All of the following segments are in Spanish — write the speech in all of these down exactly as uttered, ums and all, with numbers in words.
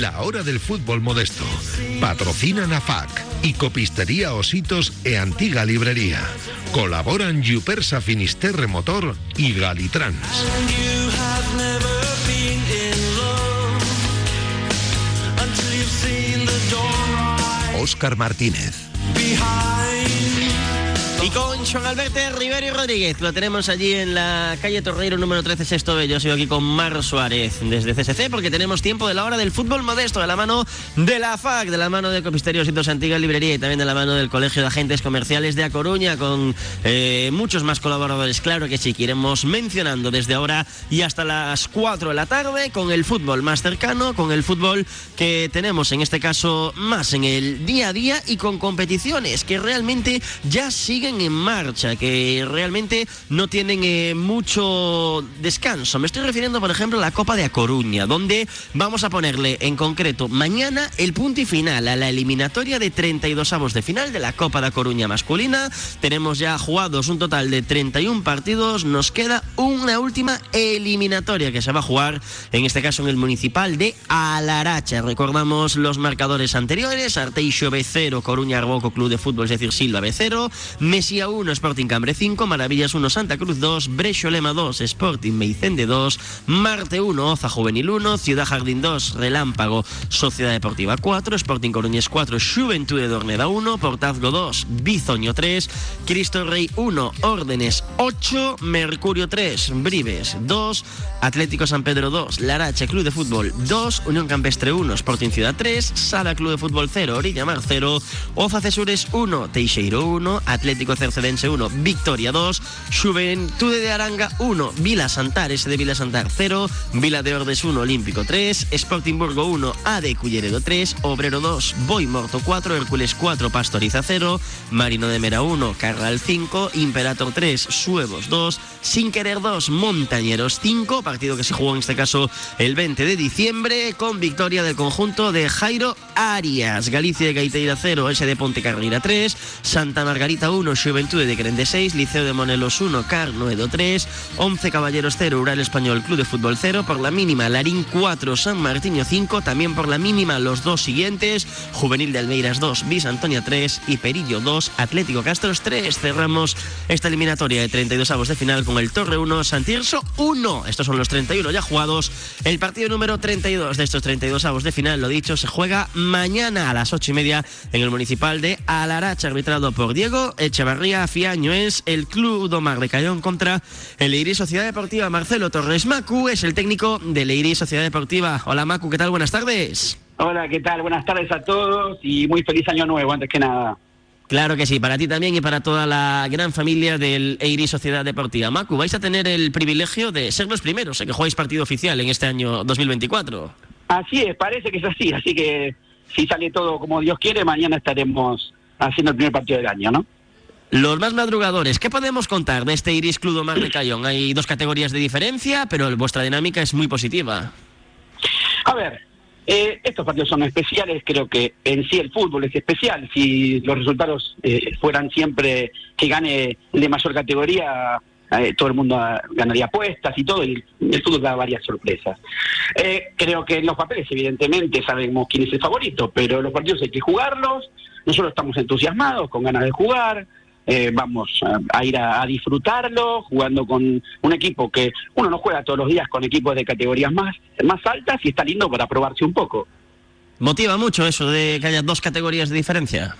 La hora del fútbol modesto. Patrocinan a F A C y Copistería Ositos e Antiga Librería. Colaboran Yupersa Finisterre Motor y Galitrans. Óscar Martínez. Y con Joan Alberto Rivero y Rodríguez, que lo tenemos allí en la calle Torreiro número trece, Sexto B. Yo sigo aquí con Mar Suárez desde C S C, porque tenemos tiempo de la hora del fútbol modesto, de la mano de la F A C, de la mano de Copistería Ositos Antiga Librería y también de la mano del Colegio de Agentes Comerciales de A Coruña, con eh, muchos más colaboradores, claro que sí, que iremos mencionando desde ahora y hasta las cuatro de la tarde, con el fútbol más cercano, con el fútbol que tenemos en este caso más en el día a día y con competiciones que realmente ya siguen en marcha, que realmente no tienen eh, mucho descanso. Me estoy refiriendo, por ejemplo, a la Copa de A Coruña, donde vamos a ponerle en concreto mañana el punto y final a la eliminatoria de treinta y dos avos de final de la Copa de A Coruña masculina. Tenemos ya jugados un total de treinta y un partidos, nos queda una última eliminatoria que se va a jugar, en este caso en el municipal de Alaracha. Recordamos los marcadores anteriores: Arteixo B cero, Coruña Arboco Club de Fútbol, es decir, Silva B cero, Mesía uno, Sporting Cambre cinco, Maravillas uno, Santa Cruz dos, Brexo Lema dos, Sporting Meicende dos, Marte uno, Oza Juvenil uno, Ciudad Jardín dos, Relámpago Sociedad Deportiva cuatro, Sporting Coruñés cuatro, Xuventude de Orneda uno, Portazgo dos, Bizoño tres, Cristo Rey uno, Órdenes ocho, Mercurio tres, Brives dos, Atlético San Pedro dos, Larache Club de Fútbol dos, Unión Campestre uno, Sporting Ciudad tres, Sala Club de Fútbol cero, Orilla Mar cero, Oza Cesures uno, Teixeiro uno, Atlético Cercedense uno, Victoria dos, Xuventude de Aranga uno, Vila Santar, S de Vila Santar cero, Vila de Ordes uno, Olímpico tres, Sporting Burgo uno, A D Culleredo tres, Obrero dos, Boy Morto cuatro, Hércules cuatro, Pastoriza cero, Marino de Mera uno, Carral cinco, Imperator tres, Suevos dos, Sin Querer dos, Montañeros cinco, partido que se jugó en este caso el veinte de diciembre, con victoria del conjunto de Jairo Arias. Galicia de Gaiteira cero, S de Ponte Carrera tres, Santa Margarita uno, Xuventude de Crende seis, Liceo de Monelos uno, Car Noedo tres, Once Caballeros cero, Ural Español Club de Fútbol cero, por la mínima Larín cuatro, San Martiño cinco, también por la mínima los dos siguientes, Juvenil de Almeiras dos, Bis Antonia tres y Perillo dos, Atlético Castros tres. Cerramos esta eliminatoria de treinta y dos avos de final con el Torre uno, Santirso uno. Estos son los treinta y uno ya jugados. El partido número treinta y dos de estos treinta y dos avos de final, lo dicho, se juega mañana a las ocho y media en el municipal de Alaracha, arbitrado por Diego Echevarría Fiaño. Es el Club Domar de Cayón contra el Leirí Sociedad Deportiva. Marcelo Torres Macu es el técnico de Leirí Sociedad Deportiva. Hola Macu, ¿qué tal? Buenas tardes. Hola, ¿qué tal? Buenas tardes a todos y muy feliz año nuevo, antes que nada. Claro que sí, para ti también y para toda la gran familia del Eirí Sociedad Deportiva. Macu, vais a tener el privilegio de ser los primeros en que jugáis partido oficial en este año dos mil veinticuatro. Así es, parece que es así, así que si sale todo como Dios quiere, mañana estaremos haciendo el primer partido del año, ¿no? Los más madrugadores, ¿qué podemos contar de este Eirí Club Domar de Cayón? Hay dos categorías de diferencia, pero vuestra dinámica es muy positiva. A ver, eh, estos partidos son especiales, creo que en sí el fútbol es especial. Si los resultados eh, fueran siempre que gane el de mayor categoría, eh, todo el mundo ganaría apuestas y todo, y el fútbol da varias sorpresas. Eh, creo que en los papeles, evidentemente, sabemos quién es el favorito, pero los partidos hay que jugarlos. Nosotros estamos entusiasmados, con ganas de jugar. Eh, vamos a, a ir a, a disfrutarlo, jugando con un equipo que uno no juega todos los días con equipos de categorías más, más altas, y está lindo para probarse un poco. ¿Motiva mucho eso de que haya dos categorías de diferencia?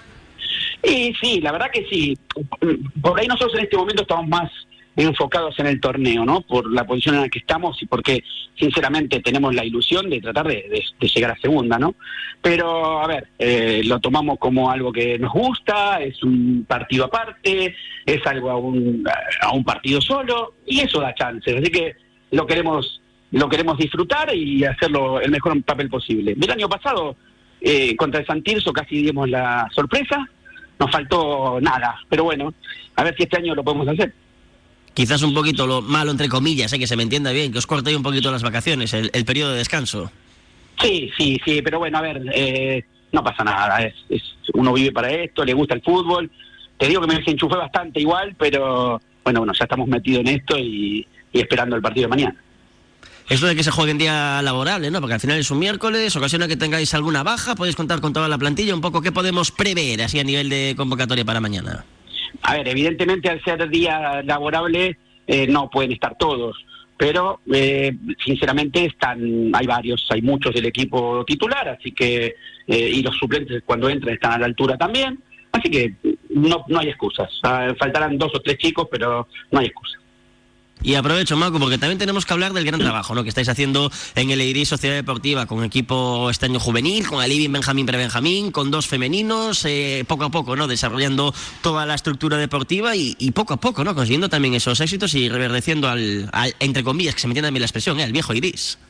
Y sí, la verdad que sí. Por ahí nosotros en este momento estamos más enfocados en el torneo, ¿no? Por la posición en la que estamos y porque, sinceramente, tenemos la ilusión de tratar de, de, de llegar a segunda, ¿no? Pero, a ver, eh, lo tomamos como algo que nos gusta, es un partido aparte, es algo a un, a un partido solo, y eso da chances, así que lo queremos lo queremos disfrutar y hacerlo el mejor papel posible. El año pasado, eh, contra el Santirso, casi dimos la sorpresa, nos faltó nada, pero bueno, a ver si este año lo podemos hacer. Quizás un poquito lo malo, entre comillas, ¿eh? Que se me entienda bien, que os corte un poquito las vacaciones, el, el periodo de descanso. Sí, sí, sí, pero bueno, a ver, eh, no pasa nada, es, es, uno vive para esto, le gusta el fútbol. Te digo que me desenchufé bastante igual, pero bueno, bueno, ya estamos metidos en esto y, y esperando el partido de mañana. Esto de que se juegue en día laborable, ¿no? Porque al final es un miércoles, ocasiona que tengáis alguna baja, podéis contar con toda la plantilla, un poco qué podemos prever así a nivel de convocatoria para mañana. A ver, evidentemente al ser día laborable eh, no pueden estar todos, pero eh, sinceramente están, hay varios, hay muchos del equipo titular, así que eh, y los suplentes cuando entran están a la altura también, así que no, no hay excusas. Uh, faltarán dos o tres chicos, pero no hay excusas. Y aprovecho, Macu, porque también tenemos que hablar del gran trabajo, ¿no?, que estáis haciendo en el Leirí Sociedad Deportiva, con equipo este año juvenil, con Alivin Benjamín Prebenjamín, con dos femeninos, eh, poco a poco, ¿no?, desarrollando toda la estructura deportiva y, y poco a poco, ¿no?, consiguiendo también esos éxitos y reverdeciendo al, al entre comillas, que se me entienda bien la expresión, ¿eh?, al viejo Iris.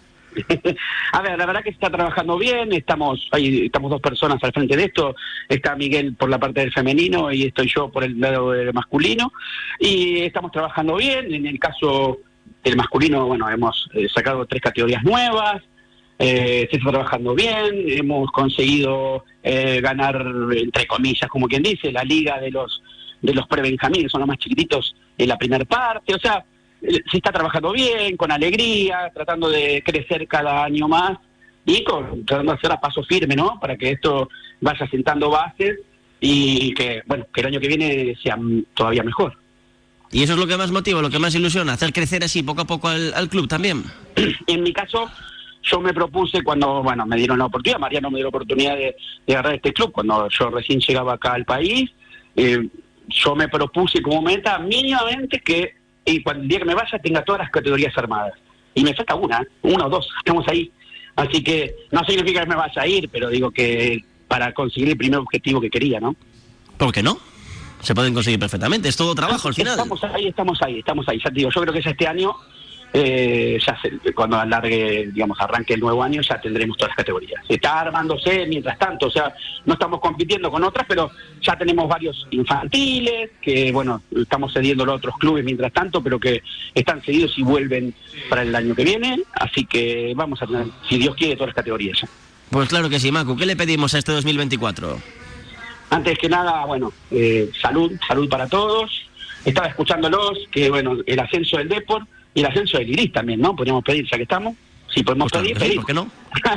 A ver, la verdad que está trabajando bien, estamos ahí, estamos dos personas al frente de esto, está Miguel por la parte del femenino y estoy yo por el lado del masculino, y estamos trabajando bien. En el caso del masculino, bueno, hemos eh, sacado tres categorías nuevas, eh, se está trabajando bien, hemos conseguido eh, ganar, entre comillas, como quien dice, la liga de los de los pre-Benjamín, que son los más chiquititos, en la primera parte, o sea, se está trabajando bien, con alegría, tratando de crecer cada año más y con, tratando de hacer a paso firme, ¿no?, para que esto vaya sentando bases y que, bueno, que el año que viene sea todavía mejor. Y eso es lo que más motiva, lo que más ilusiona, hacer crecer así poco a poco al, al club también. En mi caso, yo me propuse cuando, bueno, me dieron la oportunidad, Mariano me dio la oportunidad de, de agarrar este club, cuando yo recién llegaba acá al país, eh, yo me propuse como meta mínimamente que y cuando el día que me vaya tenga todas las categorías armadas. Y me falta una, una o dos, estamos ahí. Así que no significa que me vaya a ir, pero digo que para conseguir el primer objetivo que quería, ¿no? ¿Por qué no? Se pueden conseguir perfectamente, es todo trabajo al final. Estamos ahí, estamos ahí, estamos ahí. Ya te digo, yo creo que ya este año, eh, ya se, cuando alargue, digamos, arranque el nuevo año, ya tendremos todas las categorías. Está armándose mientras tanto, o sea, no estamos compitiendo con otras, pero ya tenemos varios infantiles, que bueno, estamos cediendo a otros clubes mientras tanto, pero que están cedidos y vuelven para el año que viene, así que vamos a tener, si Dios quiere, todas las categorías ya. Pues claro que sí, Macu, ¿qué le pedimos a este dos mil veinticuatro? Antes que nada, bueno, eh, salud, salud para todos. Estaba escuchándolos, que bueno, el ascenso del Depor y el ascenso del Iris también, ¿no? Podríamos pedir, ya que estamos. Si podemos pues pedir, claro, pedimos. ¿por qué no?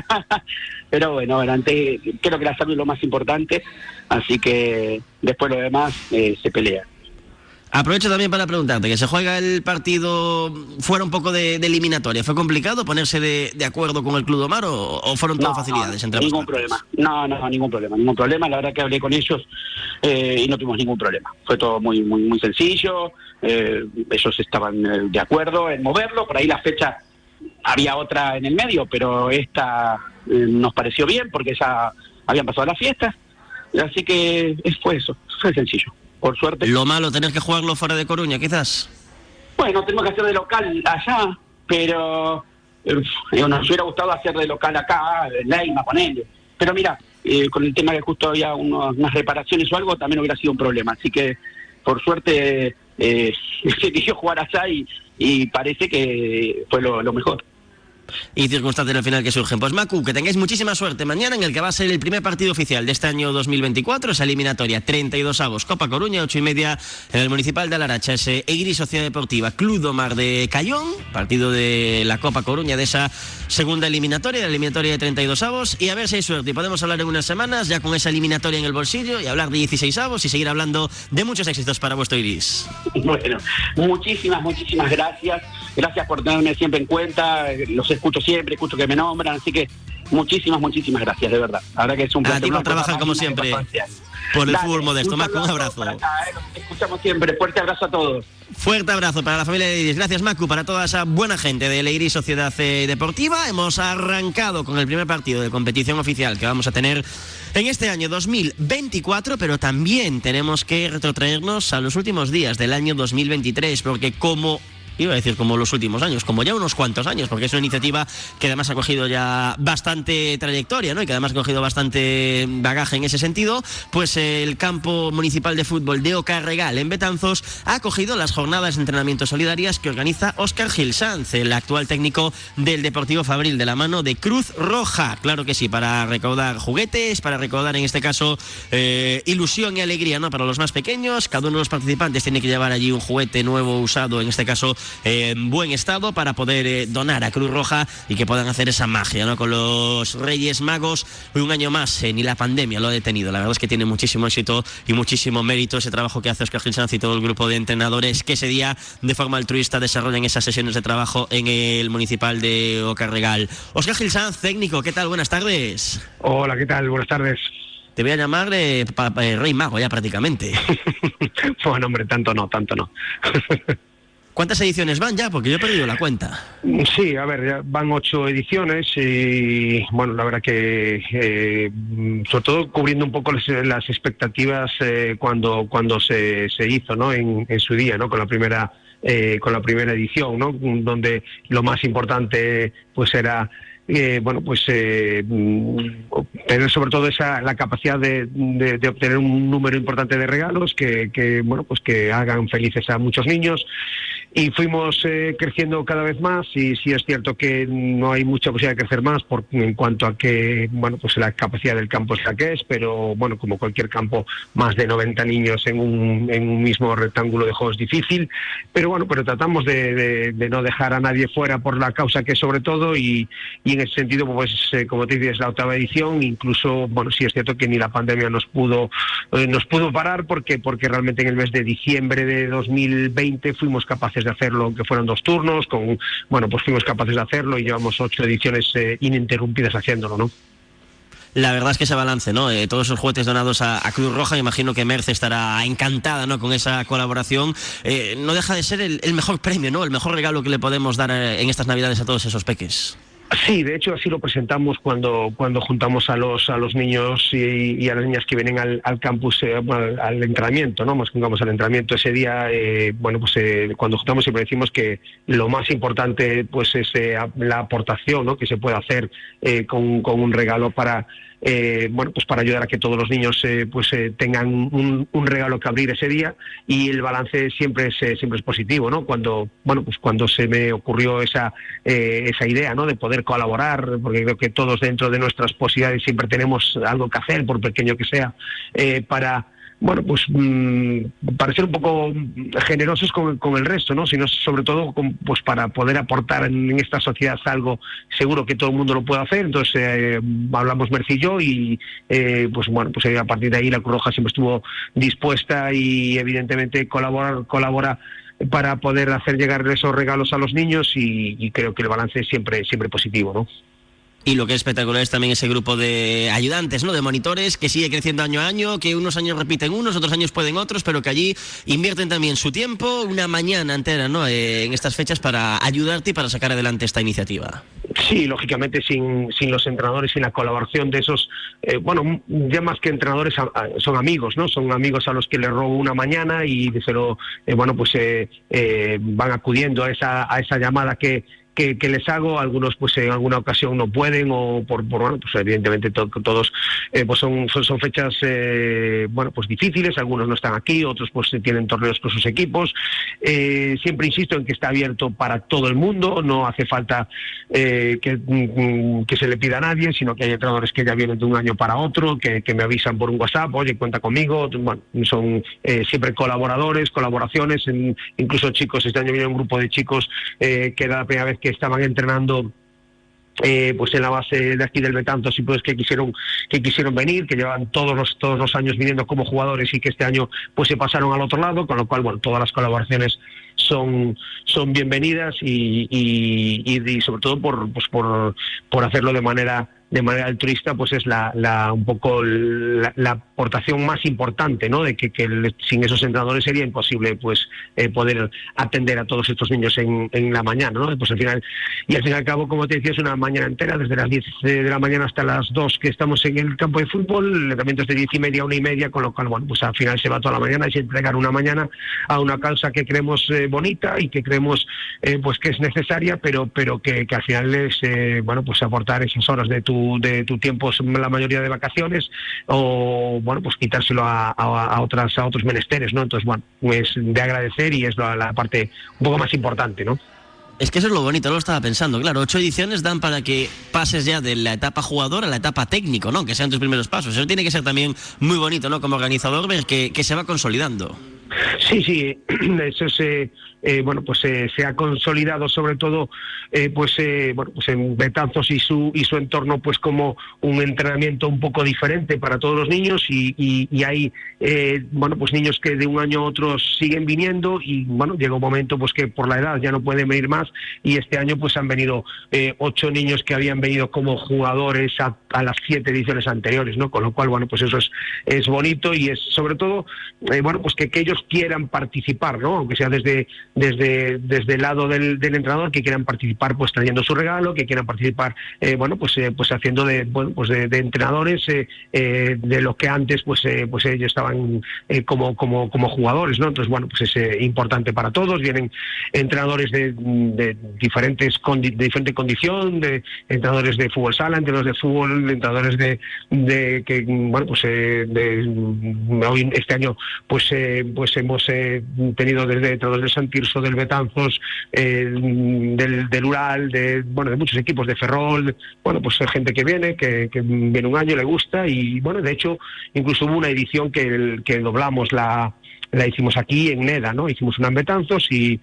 Pero bueno, bueno, antes, creo que la salud es lo más importante, así que después lo demás eh, se pelea. Aprovecho también para preguntarte, que se juega el partido fuera un poco de, de eliminatoria. ¿Fue complicado ponerse de, de acuerdo con el Club Domar o, o fueron todas no, facilidades? No, entre ningún partes? problema. No, no, ningún problema, ningún problema. La verdad que hablé con ellos eh, y no tuvimos ningún problema. Fue todo muy muy muy sencillo. Eh, ellos estaban eh, de acuerdo en moverlo. Por ahí la fecha había otra en el medio, pero esta eh, nos pareció bien porque ya habían pasado las fiestas. Así que fue eso, fue sencillo. Por suerte. Lo malo, tener que jugarlo fuera de Coruña, quizás. Bueno, tenemos que hacer de local allá, pero eh, nos hubiera gustado hacer de local acá, en Leima, ponele. Pero mira, eh, con el tema que justo había unos, unas reparaciones o algo, también hubiera sido un problema. Así que, por suerte, eh, se eligió jugar allá y, y parece que fue lo, lo mejor. Y circunstancias al final que surgen. Pues Macu, que tengáis muchísima suerte mañana en el que va a ser el primer partido oficial de este año dos mil veinticuatro, esa eliminatoria, treinta y dos avos, Copa Coruña, ocho y media en el Municipal de Alaracha, ese Eiris Sociedad Deportiva, Club Domar de Cayón, partido de la Copa Coruña, de esa segunda eliminatoria, la eliminatoria de treinta y dos avos, y a ver si hay suerte y podemos hablar en unas semanas ya con esa eliminatoria en el bolsillo y hablar de dieciséis avos y seguir hablando de muchos éxitos para vuestro Iris. Bueno, muchísimas, muchísimas gracias. Gracias por tenerme siempre en cuenta. Los escucho siempre, escucho que me nombran, así que muchísimas, muchísimas gracias, de verdad. La verdad que es un placer. A ti por trabajar como siempre por el Dale, fútbol modesto. Macu, un abrazo. Acá, eh, nos escuchamos siempre. Fuerte abrazo a todos. Fuerte abrazo para la familia de Iris. Gracias, Macu, para toda esa buena gente de la Iris Sociedad Deportiva. Hemos arrancado con el primer partido de competición oficial que vamos a tener en este año dos mil veinticuatro, pero también tenemos que retrotraernos a los últimos días del año dos mil veintitrés, porque como iba a decir como los últimos años, como ya unos cuantos años, porque es una iniciativa que además ha cogido ya bastante trayectoria, ¿no? Y que además ha cogido bastante bagaje en ese sentido, pues el campo municipal de fútbol de Ocarregal en Betanzos ha acogido las jornadas de entrenamiento solidarias que organiza Óscar Gil Sanz, el actual técnico del Deportivo Fabril, de la mano de Cruz Roja, claro que sí, para recaudar juguetes, para recaudar en este caso eh, ilusión y alegría, ¿no? Para los más pequeños. Cada uno de los participantes tiene que llevar allí un juguete nuevo, usado, en este caso en buen estado para poder eh, donar a Cruz Roja y que puedan hacer esa magia, ¿no? Con los Reyes Magos. Un año más, eh, ni la pandemia lo ha detenido. La verdad es que tiene muchísimo éxito y muchísimo mérito ese trabajo que hace Óscar Gil Sanz y todo el grupo de entrenadores que ese día de forma altruista desarrollan esas sesiones de trabajo en el municipal de Ocarregal. Óscar Gil Sanz, técnico, ¿qué tal? Buenas tardes. Hola, ¿qué tal? Buenas tardes. Te voy a llamar eh, pa, pa, eh, Rey Mago ya prácticamente. Bueno, hombre, tanto no, tanto no. ¿Cuántas ediciones van ya? Porque yo he perdido la cuenta. Sí, a ver, ya van ocho ediciones y, bueno, la verdad que, eh, sobre todo cubriendo un poco las, las expectativas eh, cuando cuando se, se hizo, ¿no? En, en su día, ¿no? Con la primera eh, con la primera edición, ¿no? Donde lo más importante, pues, era Eh, bueno, pues eh, tener sobre todo esa la capacidad de, de, de obtener un número importante de regalos que, que bueno pues que hagan felices a muchos niños, y fuimos eh, creciendo cada vez más, y sí es cierto que no hay mucha posibilidad de crecer más por, en cuanto a que bueno pues la capacidad del campo es la que es, pero bueno, como cualquier campo, más de noventa niños en un, en un mismo rectángulo de juego es difícil, pero bueno, pero tratamos de, de, de no dejar a nadie fuera por la causa que es sobre todo, y, y en ese sentido, pues eh, como te dices, la octava edición, incluso, bueno, sí es cierto que ni la pandemia nos pudo eh, nos pudo parar, porque porque realmente en el mes de diciembre de dos mil veinte fuimos capaces de hacerlo, que fueron dos turnos, con bueno, pues fuimos capaces de hacerlo y llevamos ocho ediciones eh, ininterrumpidas haciéndolo, ¿no? La verdad es que ese balance, ¿no? Eh, todos esos juguetes donados a, a Cruz Roja, imagino que Merce estará encantada, ¿no? Con esa colaboración. Eh, no deja de ser el, el mejor premio, ¿no? El mejor regalo que le podemos dar eh, en estas Navidades a todos esos peques. Sí, de hecho así lo presentamos cuando cuando juntamos a los a los niños y, y a las niñas que vienen al, al campus, eh, al, al entrenamiento, ¿no? Nos juntamos al entrenamiento ese día. Eh, bueno, pues eh, cuando juntamos siempre decimos que lo más importante, pues es eh, la aportación, ¿no? Que se puede hacer eh, con, con un regalo para Eh, bueno, pues para ayudar a que todos los niños eh, pues eh, tengan un, un regalo que abrir ese día, y el balance siempre es eh, siempre es positivo, ¿no? Cuando bueno pues cuando se me ocurrió esa eh, esa idea, ¿no? De poder colaborar, porque creo que todos dentro de nuestras posibilidades siempre tenemos algo que hacer, por pequeño que sea, eh, para bueno, pues mmm, para ser un poco generosos con, con el resto, ¿no? Sino sobre todo con, pues para poder aportar en, en esta sociedad algo seguro que todo el mundo lo puede hacer. Entonces eh, hablamos Merce y yo, y eh, pues bueno, pues a partir de ahí la Cruz Roja siempre estuvo dispuesta y evidentemente colaborar, colabora para poder hacer llegar esos regalos a los niños, y, y creo que el balance es siempre, siempre positivo, ¿no? Y lo que es espectacular es también ese grupo de ayudantes, ¿no? De monitores, que sigue creciendo año a año, que unos años repiten unos, otros años pueden otros, pero que allí invierten también su tiempo, una mañana entera, ¿no? Eh, en estas fechas, para ayudarte y para sacar adelante esta iniciativa. Sí, lógicamente sin, sin los entrenadores, sin la colaboración de esos, eh, bueno, ya más que entrenadores son amigos, ¿no? Son amigos a los que les robo una mañana y se lo, eh, bueno, pues eh, eh, van acudiendo a esa, a esa llamada que Que, que les hago. Algunos pues en alguna ocasión no pueden, o por, por bueno, pues evidentemente to, todos eh, pues son, son, son fechas eh, bueno, pues difíciles, algunos no están aquí, otros pues tienen torneos con sus equipos. Eh, siempre insisto en que está abierto para todo el mundo, no hace falta eh, que, que se le pida a nadie, sino que hay entrenadores que ya vienen de un año para otro, que, que me avisan por un WhatsApp, oye, cuenta conmigo. Bueno, son eh, siempre colaboradores, colaboraciones, en, incluso chicos. Este año viene un grupo de chicos eh, que era la primera vez que estaban entrenando eh, pues en la base de aquí del Betanzos, y pues que quisieron que quisieron venir, que llevan todos los todos los años viniendo como jugadores, y que este año pues se pasaron al otro lado, con lo cual bueno, todas las colaboraciones son son bienvenidas, y, y, y, y sobre todo por pues por por hacerlo de manera de manera altruista, pues es la, la un poco la, la aportación más importante, ¿no? De que, que el, sin esos entrenadores sería imposible pues eh, poder atender a todos estos niños en, en la mañana, ¿no? Pues al final, y al fin y al cabo, como te decía, es una mañana entera, desde las diez de la mañana hasta las dos que estamos en el campo de fútbol. El entrenamiento es de diez y media a una y media, con lo cual, bueno, pues al final se va toda la mañana y se entregar una mañana a una causa que creemos eh, bonita y que creemos eh, pues que es necesaria, pero pero que, que al final es eh, bueno, pues aportar esas horas de tu de tu tiempo, la mayoría de vacaciones, o bueno, pues quitárselo a, a, a otras a otros menesteres, ¿no? Entonces, bueno, es de agradecer, y es la, la parte un poco más importante, ¿no? Es que eso es lo bonito, lo estaba pensando, claro, ocho ediciones dan para que pases ya de la etapa jugador a la etapa técnico, ¿no? Que sean tus primeros pasos. Eso tiene que ser también muy bonito, ¿no? Como organizador, ver que, que se va consolidando. Sí, sí, eso se, eh, bueno, pues eh, se ha consolidado sobre todo, eh, pues, eh, bueno, pues en Betanzos y su y su entorno, pues como un entrenamiento un poco diferente para todos los niños y, y, y hay, eh, bueno, pues niños que de un año a otro siguen viniendo y bueno, llega un momento pues que por la edad ya no pueden venir más y este año pues han venido eh, ocho niños que habían venido como jugadores a, a las siete ediciones anteriores, ¿no? Con lo cual, bueno, pues eso es, es bonito y es sobre todo, eh, bueno, pues que, que ellos quieran participar, ¿no? Aunque sea desde desde desde el lado del, del entrenador, que quieran participar pues trayendo su regalo, que quieran participar eh, bueno pues eh, pues haciendo de bueno pues de, de entrenadores eh, eh, de lo que antes pues eh, pues ellos estaban eh, como como como jugadores, ¿no? Entonces bueno, pues es eh, importante para todos. Vienen entrenadores de, de diferentes condi de diferente condición, de entrenadores de fútbol sala, entrenadores de fútbol, entrenadores de, de que bueno pues eh, de, hoy este año pues eh, pues hemos eh, tenido desde entrenadores de San Tirso, del Betanzos, eh, del, del Ural, de bueno de muchos equipos, de Ferrol, bueno pues gente que viene, que, que viene un año, le gusta y bueno, de hecho incluso hubo una edición que, que doblamos la la hicimos aquí en Neda, ¿no? Hicimos una en Betanzos y,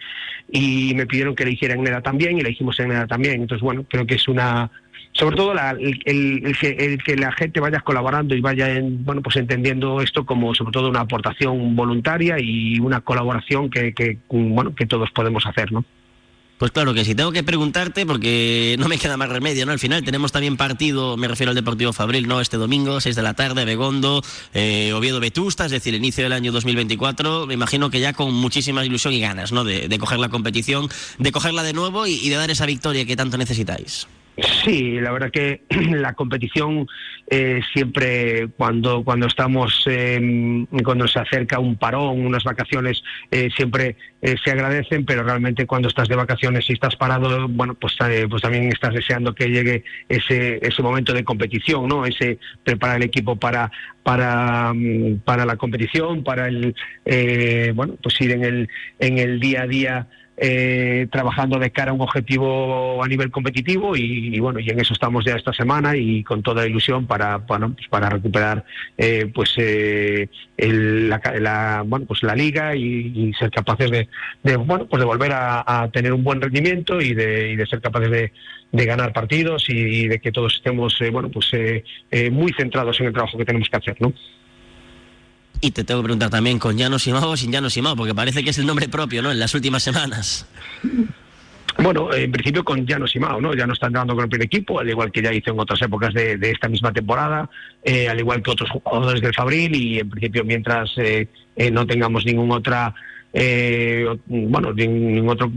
y me pidieron que la hiciera en Neda también y la hicimos en Neda también. Entonces, bueno, creo que es una... Sobre todo la, el, el, el, que, el que la gente vaya colaborando y vaya en, bueno pues entendiendo esto como sobre todo una aportación voluntaria y una colaboración que, que bueno que todos podemos hacer, ¿no? Pues claro que sí, tengo que preguntarte porque no me queda más remedio, ¿no? Al final tenemos también partido, me refiero al Deportivo Fabril, ¿no? Este domingo, seis de la tarde, Begondo, eh, Oviedo Vetusta, es decir, inicio del año dos mil veinticuatro. Me imagino que ya con muchísima ilusión y ganas, ¿no? De, de coger la competición, de cogerla de nuevo y, y de dar esa victoria que tanto necesitáis. Sí, la verdad que la competición eh, siempre cuando cuando estamos eh, cuando se acerca un parón, unas vacaciones, eh, siempre eh, se agradecen, pero realmente cuando estás de vacaciones y estás parado, bueno, pues eh, pues también estás deseando que llegue ese ese momento de competición, ¿no? Ese preparar el equipo para para para la competición, para el eh, bueno, pues ir en el en el día a día. Eh, trabajando de cara a un objetivo a nivel competitivo y, y bueno y en eso estamos ya esta semana y con toda ilusión para bueno, pues para recuperar eh, pues eh, el, la, la bueno pues la liga y, y ser capaces de, de bueno pues de volver a, a tener un buen rendimiento y de, y de ser capaces de, de ganar partidos y, y de que todos estemos eh, bueno pues eh, eh, muy centrados en el trabajo que tenemos que hacer, ¿no? Y te tengo que preguntar también, ¿con Llano Simao o sin Llano Simao? Porque parece que es el nombre propio, ¿no? En las últimas semanas. Bueno, en principio con Llano Simao, ¿no? Ya no está entrando con el primer equipo, al igual que ya hizo en otras épocas de, de esta misma temporada, eh, al igual que otros jugadores del Fabril y en principio mientras eh, eh, no tengamos ningún otra, eh, bueno, ningún otro...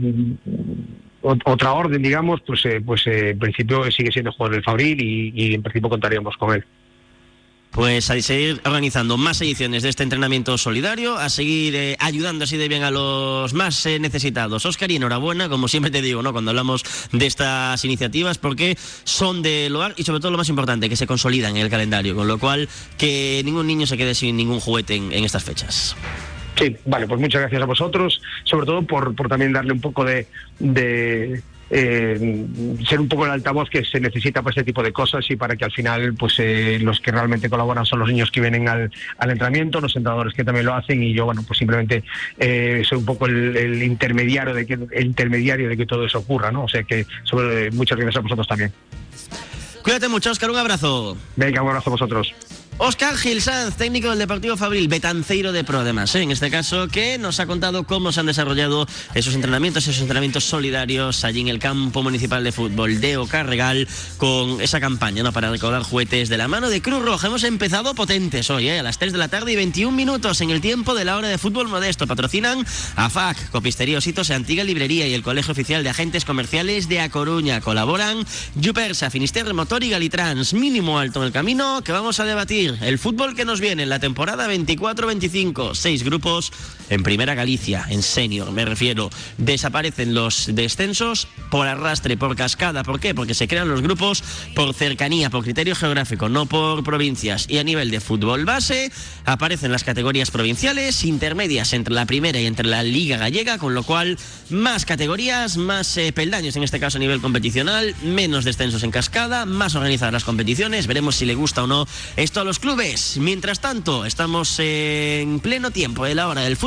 otra orden, digamos, pues eh, pues eh, en principio sigue siendo jugador del Fabril y, y en principio contaríamos con él. Pues a seguir organizando más ediciones de este entrenamiento solidario, a seguir eh, ayudando así de bien a los más eh, necesitados. Óscar, y enhorabuena, como siempre te digo, ¿no? Cuando hablamos de estas iniciativas, porque son de loar y sobre todo lo más importante, que se consolidan en el calendario, con lo cual que ningún niño se quede sin ningún juguete en, en estas fechas. Sí, vale, pues muchas gracias a vosotros, sobre todo por, por también darle un poco de... de... Eh, ser un poco el altavoz que se necesita para este tipo de cosas y para que al final pues eh, los que realmente colaboran son los niños que vienen al, al entrenamiento, los entrenadores que también lo hacen y yo bueno pues simplemente eh, soy un poco el, el intermediario de que el intermediario de que todo eso ocurra, ¿no? O sea que sobre, muchas gracias a vosotros también. Cuídate mucho, Óscar, un abrazo. Venga, un abrazo a vosotros. Óscar Gil Sanz, técnico del Deportivo Fabril, betanceiro de pro además, ¿eh? En este caso, que nos ha contado cómo se han desarrollado esos entrenamientos, esos entrenamientos solidarios allí en el campo municipal de fútbol de Ocarregal, con esa campaña, ¿no? Para recaudar juguetes de la mano de Cruz Roja. Hemos empezado potentes hoy, ¿eh? A las tres de la tarde y veintiún minutos en el tiempo de la hora de fútbol modesto. Patrocinan A F A C, Copistería Ositos e Antiga Librería y el Colegio Oficial de Agentes Comerciales de A Coruña. Colaboran Yupersa, Finisterre Motor y Galitrans. Mínimo alto en el camino, que vamos a debatir el fútbol que nos viene en la temporada veinticuatro veinticinco. Seis grupos en Primera Galicia, en senior, me refiero. Desaparecen los descensos por arrastre, por cascada. ¿Por qué? Porque se crean los grupos por cercanía, por criterio geográfico, no por provincias. Y a nivel de fútbol base, aparecen las categorías provinciales, intermedias entre la primera y entre la Liga Gallega, con lo cual más categorías, más eh, peldaños, en este caso a nivel competicional, menos descensos en cascada, más organizadas las competiciones. Veremos si le gusta o no esto a los clubes. Mientras tanto, estamos en pleno tiempo de la hora del fútbol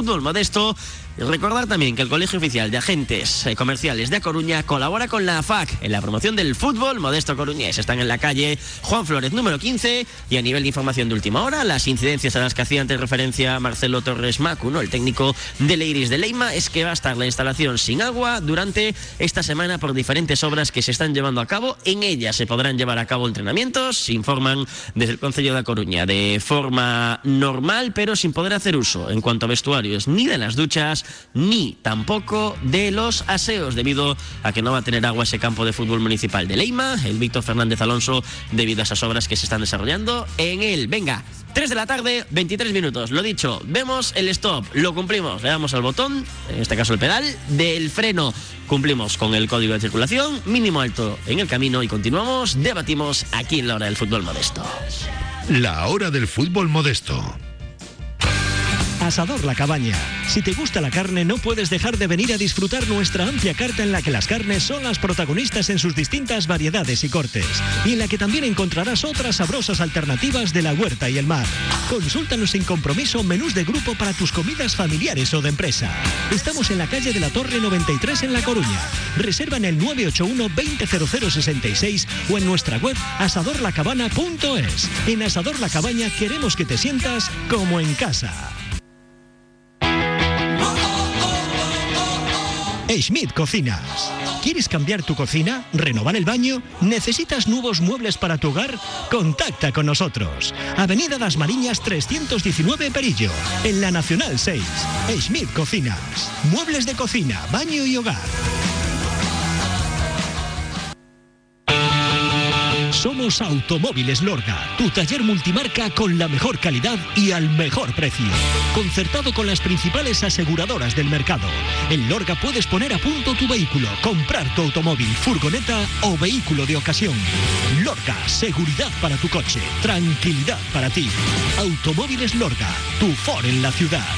fútbol modesto. Y recordar también que el Colegio Oficial de Agentes Comerciales de A Coruña colabora con la A F A C en la promoción del fútbol modesto coruñés. Están en la calle Juan Flores número quince, y a nivel de información de última hora, las incidencias a las que hacía antes referencia Marcelo Torres Macu, ¿no?, el técnico del Iris de Leima, es que va a estar la instalación sin agua durante esta semana por diferentes obras que se están llevando a cabo. En ellas se podrán llevar a cabo entrenamientos, se informan desde el Concello de A Coruña, de forma normal, pero sin poder hacer uso en cuanto a vestuarios ni de las duchas ni tampoco de los aseos, debido a que no va a tener agua ese campo de fútbol municipal de Leima, el Víctor Fernández Alonso, debido a esas obras que se están desarrollando en él. Venga, tres de la tarde, veintitrés minutos. Lo dicho, vemos el stop, lo cumplimos, le damos al botón, en este caso el pedal, del freno. Cumplimos con el código de circulación, mínimo alto en el camino, y continuamos, debatimos aquí en la hora del fútbol modesto. La hora del fútbol modesto. Asador La Cabaña. Si te gusta la carne, no puedes dejar de venir a disfrutar nuestra amplia carta, en la que las carnes son las protagonistas en sus distintas variedades y cortes, y en la que también encontrarás otras sabrosas alternativas de la huerta y el mar. Consúltanos sin compromiso menús de grupo para tus comidas familiares o de empresa. Estamos en la calle de la Torre noventa y tres en La Coruña. Reserva en el nueve ocho uno, veinte cero cero sesenta y seis o en nuestra web asador la cabana punto es. En Asador La Cabaña queremos que te sientas como en casa. Schmidt Cocinas. ¿Quieres cambiar tu cocina? ¿Renovar el baño? ¿Necesitas nuevos muebles para tu hogar? Contacta con nosotros. Avenida Das Mariñas trescientos diecinueve Perillo, en la Nacional seis. Schmidt Cocinas. Muebles de cocina, baño y hogar. Somos Automóviles Lorga, tu taller multimarca con la mejor calidad y al mejor precio. Concertado con las principales aseguradoras del mercado. En Lorga puedes poner a punto tu vehículo, comprar tu automóvil, furgoneta o vehículo de ocasión. Lorga, seguridad para tu coche, tranquilidad para ti. Automóviles Lorga, tu Ford en la ciudad.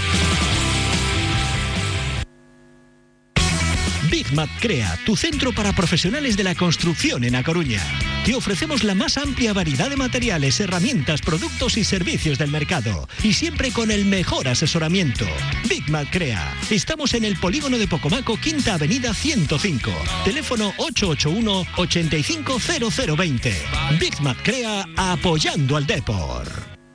Bigmat Crea, tu centro para profesionales de la construcción en A Coruña. Te ofrecemos la más amplia variedad de materiales, herramientas, productos y servicios del mercado, y siempre con el mejor asesoramiento. Bigmat Crea. Estamos en el polígono de Pocomaco, Quinta Avenida ciento cinco. Teléfono ocho ocho uno, ochenta y cinco cero cero veinte. Bigmat Crea, apoyando al deporte.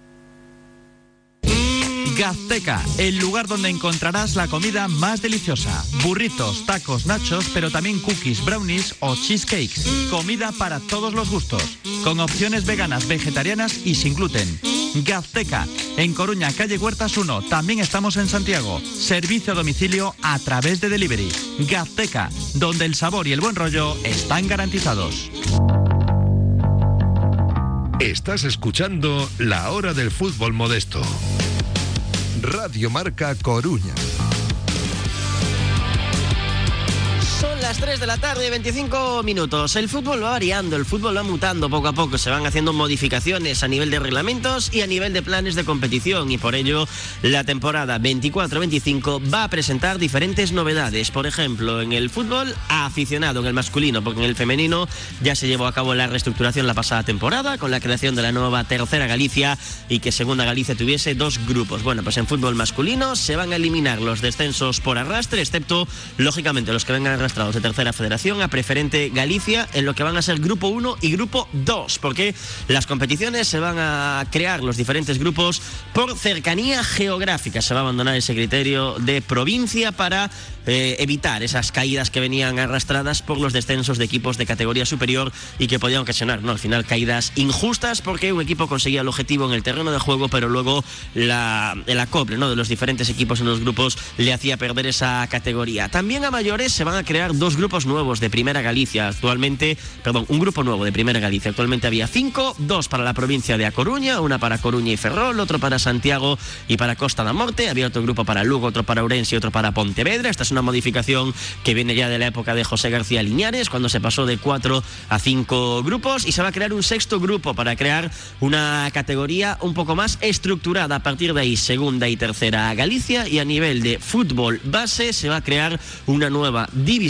Gazteca, el lugar donde encontrarás la comida más deliciosa. Burritos, tacos, nachos, pero también cookies, brownies o cheesecakes. Comida para todos los gustos, con opciones veganas, vegetarianas y sin gluten. Gazteca, en Coruña, calle Huertas uno. También estamos en Santiago. Servicio a domicilio a través de delivery. Gazteca, donde el sabor y el buen rollo están garantizados. Estás escuchando La Hora del Fútbol Modesto. Radio Marca Coruña. Son las tres de la tarde, veinticinco minutos. El fútbol va variando, el fútbol va mutando poco a poco. Se van haciendo modificaciones a nivel de reglamentos y a nivel de planes de competición. Y por ello, la temporada veinticuatro veinticinco va a presentar diferentes novedades. Por ejemplo, en el fútbol aficionado, en el masculino, porque en el femenino ya se llevó a cabo la reestructuración la pasada temporada, con la creación de la nueva Tercera Galicia, y que Segunda Galicia tuviese dos grupos. Bueno, pues en fútbol masculino se van a eliminar los descensos por arrastre, excepto, lógicamente, los que vengan arrastrados de Tercera Federación a Preferente Galicia, en lo que van a ser Grupo uno y Grupo dos, porque las competiciones se van a crear, los diferentes grupos, por cercanía geográfica. Se va a abandonar ese criterio de provincia para eh, evitar esas caídas que venían arrastradas por los descensos de equipos de categoría superior y que podían ocasionar, ¿no?, al final, caídas injustas, porque un equipo conseguía el objetivo en el terreno de juego, pero luego la, el acople, ¿no?, de los diferentes equipos en los grupos le hacía perder esa categoría. También a mayores se van a crear dos grupos nuevos de Primera Galicia. Actualmente, perdón, un grupo nuevo de Primera Galicia. Actualmente había cinco, dos para la provincia de A Coruña, una para Coruña y Ferrol, otro para Santiago y para Costa da Morte. Había otro grupo para Lugo, otro para Ourense y otro para Pontevedra. Esta es una modificación que viene ya de la época de José García Liñares, cuando se pasó de cuatro a cinco grupos, y se va a crear un sexto grupo para crear una categoría un poco más estructurada. A partir de ahí, Segunda y Tercera Galicia, y a nivel de fútbol base se va a crear una nueva división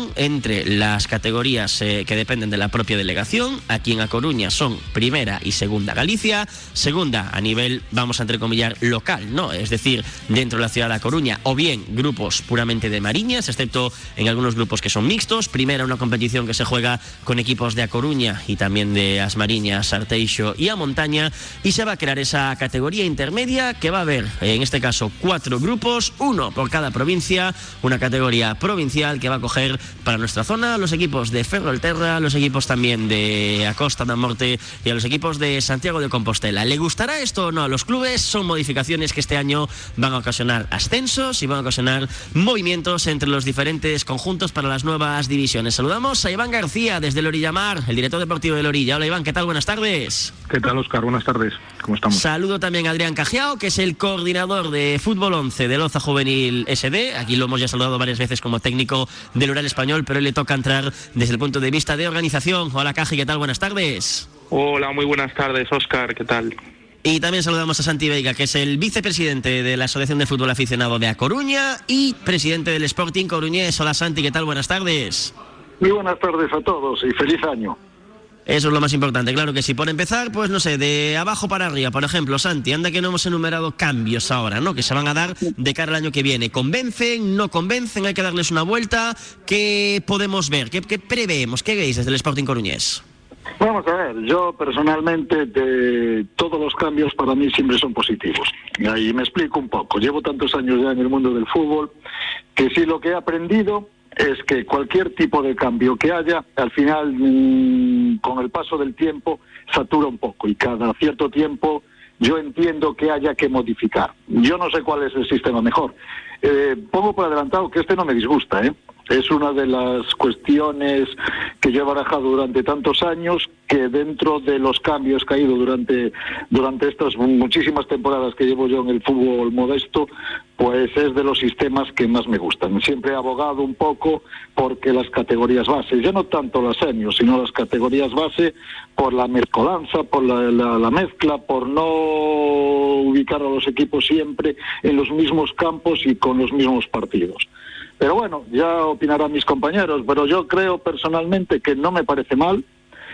división entre las categorías eh, que dependen de la propia delegación. Aquí en A Coruña son Primera y Segunda Galicia. Segunda a nivel, vamos a entrecomillar, local, ¿no? Es decir, dentro de la ciudad de A Coruña, o bien grupos puramente de Mariñas, excepto en algunos grupos que son mixtos. Primera, una competición que se juega con equipos de A Coruña y también de As Mariñas, Arteixo y A Montaña. Y se va a crear esa categoría intermedia que va a haber, en este caso, cuatro grupos, uno por cada provincia, una categoría provincial que va a coger para nuestra zona los equipos de Ferrolterra, los equipos también de A Costa da Morte y a los equipos de Santiago de Compostela. ¿Le gustará esto o no a los clubes? Son modificaciones que este año van a ocasionar ascensos y van a ocasionar movimientos entre los diferentes conjuntos para las nuevas divisiones. Saludamos a Iván García desde el Orillamar, el director deportivo del Orilla. Hola Iván, ¿qué tal? Buenas tardes. ¿Qué tal, Óscar? Buenas tardes. ¿Cómo estamos? Saludo también a Adrián Cajiao, que es el coordinador de Fútbol once de Loza Juvenil S D. Aquí lo hemos ya saludado varias veces como técnico del Ural Español, pero hoy le toca entrar desde el punto de vista de organización. Hola Caji, ¿qué tal? Buenas tardes. Hola, muy buenas tardes, Óscar, ¿qué tal? Y también saludamos a Santi Veiga, que es el vicepresidente de la Asociación de Fútbol Aficionado de A Coruña y presidente del Sporting Coruñés. Hola Santi, ¿qué tal? Buenas tardes. Muy buenas tardes a todos y feliz año. Eso es lo más importante, claro que sí. Por empezar, pues no sé, de abajo para arriba, por ejemplo, Santi, anda que no hemos enumerado cambios ahora, ¿no? Que se van a dar de cara al año que viene. ¿Convencen? ¿No convencen? ¿Hay que darles una vuelta? ¿Qué podemos ver? ¿Qué, qué preveemos? ¿Qué veis desde el Sporting Coruñés? Vamos a ver, yo personalmente de todos los cambios para mí siempre son positivos. Y me explico un poco. Llevo tantos años ya en el mundo del fútbol que sí lo que he aprendido es que cualquier tipo de cambio que haya, al final, mmm, con el paso del tiempo, satura un poco y cada cierto tiempo yo entiendo que haya que modificar. Yo no sé cuál es el sistema mejor. Eh, pongo por adelantado que este no me disgusta, ¿eh? Es una de las cuestiones que yo he barajado durante tantos años, que dentro de los cambios que ha ido durante, durante estas muchísimas temporadas que llevo yo en el fútbol modesto, pues es de los sistemas que más me gustan. Siempre he abogado un poco porque las categorías base, ya no tanto las seniors, sino las categorías base, por la mezcolanza, por la, la, la mezcla, por no ubicar a los equipos siempre en los mismos campos y con los mismos partidos. Pero bueno, ya opinarán mis compañeros, pero yo creo personalmente que no me parece mal,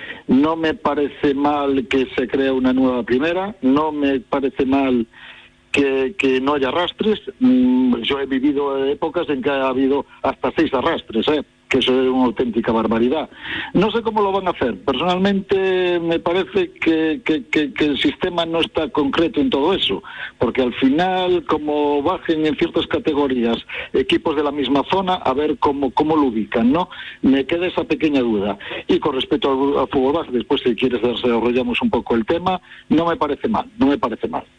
no me parece mal que se cree una nueva primera, no me parece mal que, que no haya arrastres. Yo he vivido épocas en que ha habido hasta seis arrastres, ¿eh? Que eso es una auténtica barbaridad. No sé cómo lo van a hacer. Personalmente me parece que, que, que, que el sistema no está concreto en todo eso, porque al final, como bajen en ciertas categorías equipos de la misma zona, a ver cómo, cómo lo ubican, ¿no? Me queda esa pequeña duda. Y con respecto al, al fútbol base, después si quieres desarrollamos un poco el tema, no me parece mal, no me parece mal.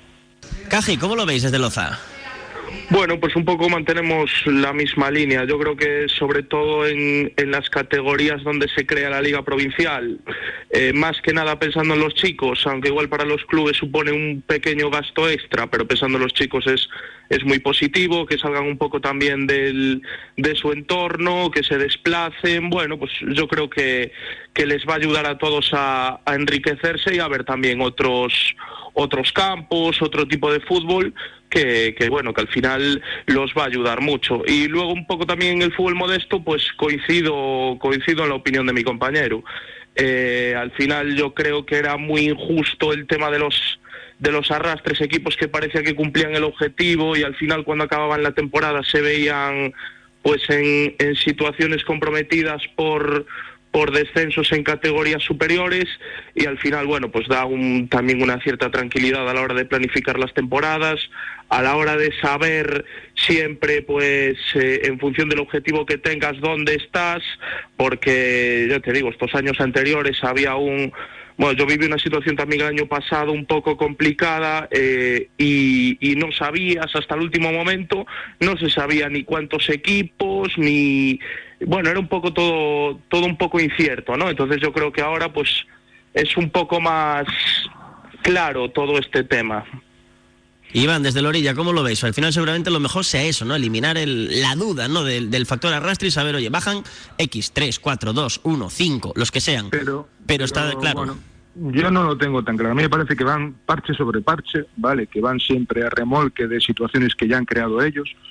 Caji, ¿cómo lo veis desde Loza? Bueno, pues un poco mantenemos la misma línea. Yo creo que sobre todo en, en las categorías donde se crea la liga provincial, eh, más que nada pensando en los chicos, aunque igual para los clubes supone un pequeño gasto extra, pero pensando en los chicos es, es muy positivo, que salgan un poco también del, de su entorno, que se desplacen. Bueno, pues yo creo que, que les va a ayudar a todos a, a enriquecerse y a ver también otros, otros campos, otro tipo de fútbol, Que, que bueno, que al final los va a ayudar mucho. Y luego un poco también en el fútbol modesto, pues coincido coincido en la opinión de mi compañero. Eh, al final yo creo que era muy injusto el tema de los de los arrastres, equipos que parecía que cumplían el objetivo y al final cuando acababan la temporada se veían pues en, en situaciones comprometidas por por descensos en categorías superiores y al final, bueno, pues da un, también una cierta tranquilidad a la hora de planificar las temporadas, a la hora de saber siempre, pues, eh, en función del objetivo que tengas, dónde estás, porque, ya te digo, estos años anteriores había un... Bueno, yo viví una situación también el año pasado un poco complicada eh, y, y no sabías hasta el último momento, no se sabía ni cuántos equipos, ni... Bueno, era un poco todo todo un poco incierto, ¿no? Entonces yo creo que ahora pues es un poco más claro todo este tema. Iván, desde la orilla, ¿cómo lo veis? Al final seguramente lo mejor sea eso, ¿no? Eliminar el, la duda, ¿no? Del, del factor arrastre y saber, oye, bajan X, tres, cuatro, dos, uno, cinco, los que sean. Pero, pero está pero, claro. Bueno, yo no lo tengo tan claro. A mí me parece que van parche sobre parche, ¿vale? Que van siempre a remolque de situaciones que ya han creado ellos.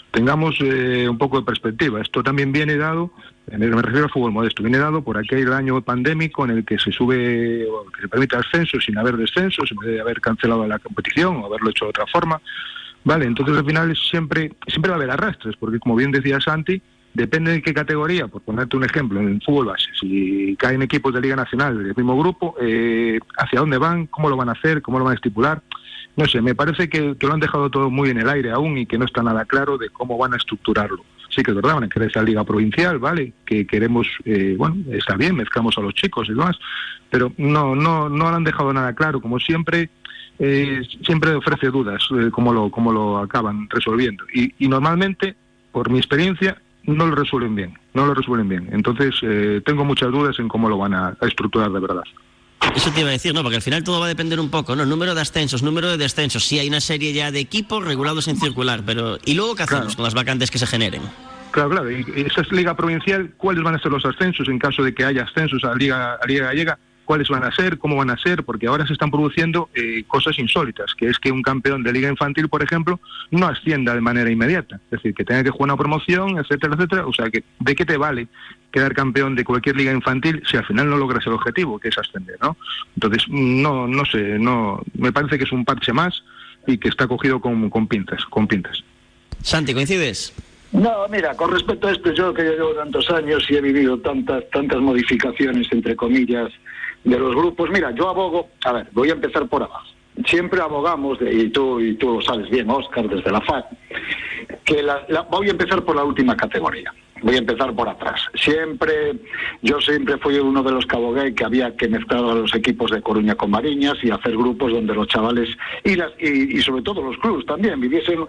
tengamos eh, un poco de perspectiva. Esto también viene dado, me refiero al fútbol modesto, viene dado por aquel año pandémico en el que se sube, o que se permite ascenso sin haber descensos, en vez de haber cancelado la competición o haberlo hecho de otra forma. Vale, entonces al final siempre, siempre va a haber arrastres, porque como bien decía Santi, depende de qué categoría, por ponerte un ejemplo, en el fútbol base, si caen equipos de Liga Nacional del mismo grupo, eh, hacia dónde van, cómo lo van a hacer, cómo lo van a estipular. No sé, me parece que, que lo han dejado todo muy en el aire aún y que no está nada claro de cómo van a estructurarlo. Sí que es verdad, van a querer esa liga provincial, ¿vale? Que queremos, eh, bueno, está bien, mezclamos a los chicos y demás, pero no, no, no lo han dejado nada claro, como siempre. Eh, siempre ofrece dudas eh, cómo lo cómo lo acaban resolviendo y, y normalmente, por mi experiencia, no lo resuelven bien, no lo resuelven bien. Entonces eh, tengo muchas dudas en cómo lo van a, a estructurar de verdad. Eso te iba a decir, ¿no? Porque al final todo va a depender un poco, ¿no? Número de ascensos, número de descensos. Sí, hay una serie ya de equipos regulados en circular, pero ¿y luego qué hacemos claro. con las vacantes que se generen? Claro, claro. Y esa es liga provincial, ¿cuáles van a ser los ascensos en caso de que haya ascensos a la liga, a la liga gallega? ¿Cuáles van a ser? ¿Cómo van a ser? Porque ahora se están produciendo eh, cosas insólitas, que es que un campeón de liga infantil, por ejemplo, no ascienda de manera inmediata. Es decir, que tenga que jugar una promoción, etcétera, etcétera. O sea, que ¿de qué te vale quedar campeón de cualquier liga infantil si al final no logras el objetivo, que es ascender, ¿no? Entonces, no no sé, no me parece que es un parche más y que está cogido con, con pinzas, con pinzas. Santi, ¿coincides? No, mira, con respecto a esto, yo que ya llevo tantos años y he vivido tantas tantas modificaciones, entre comillas, de los grupos, mira, yo abogo, a ver, voy a empezar por abajo. Siempre abogamos, de, y tú y tú lo sabes bien, Óscar, desde la F A C, que la, la, voy a empezar por la última categoría. Voy a empezar por atrás. Siempre, yo siempre fui uno de los que abogué que había que mezclar a los equipos de Coruña con Mariñas y hacer grupos donde los chavales y, las, y, y sobre todo los clubs también viviesen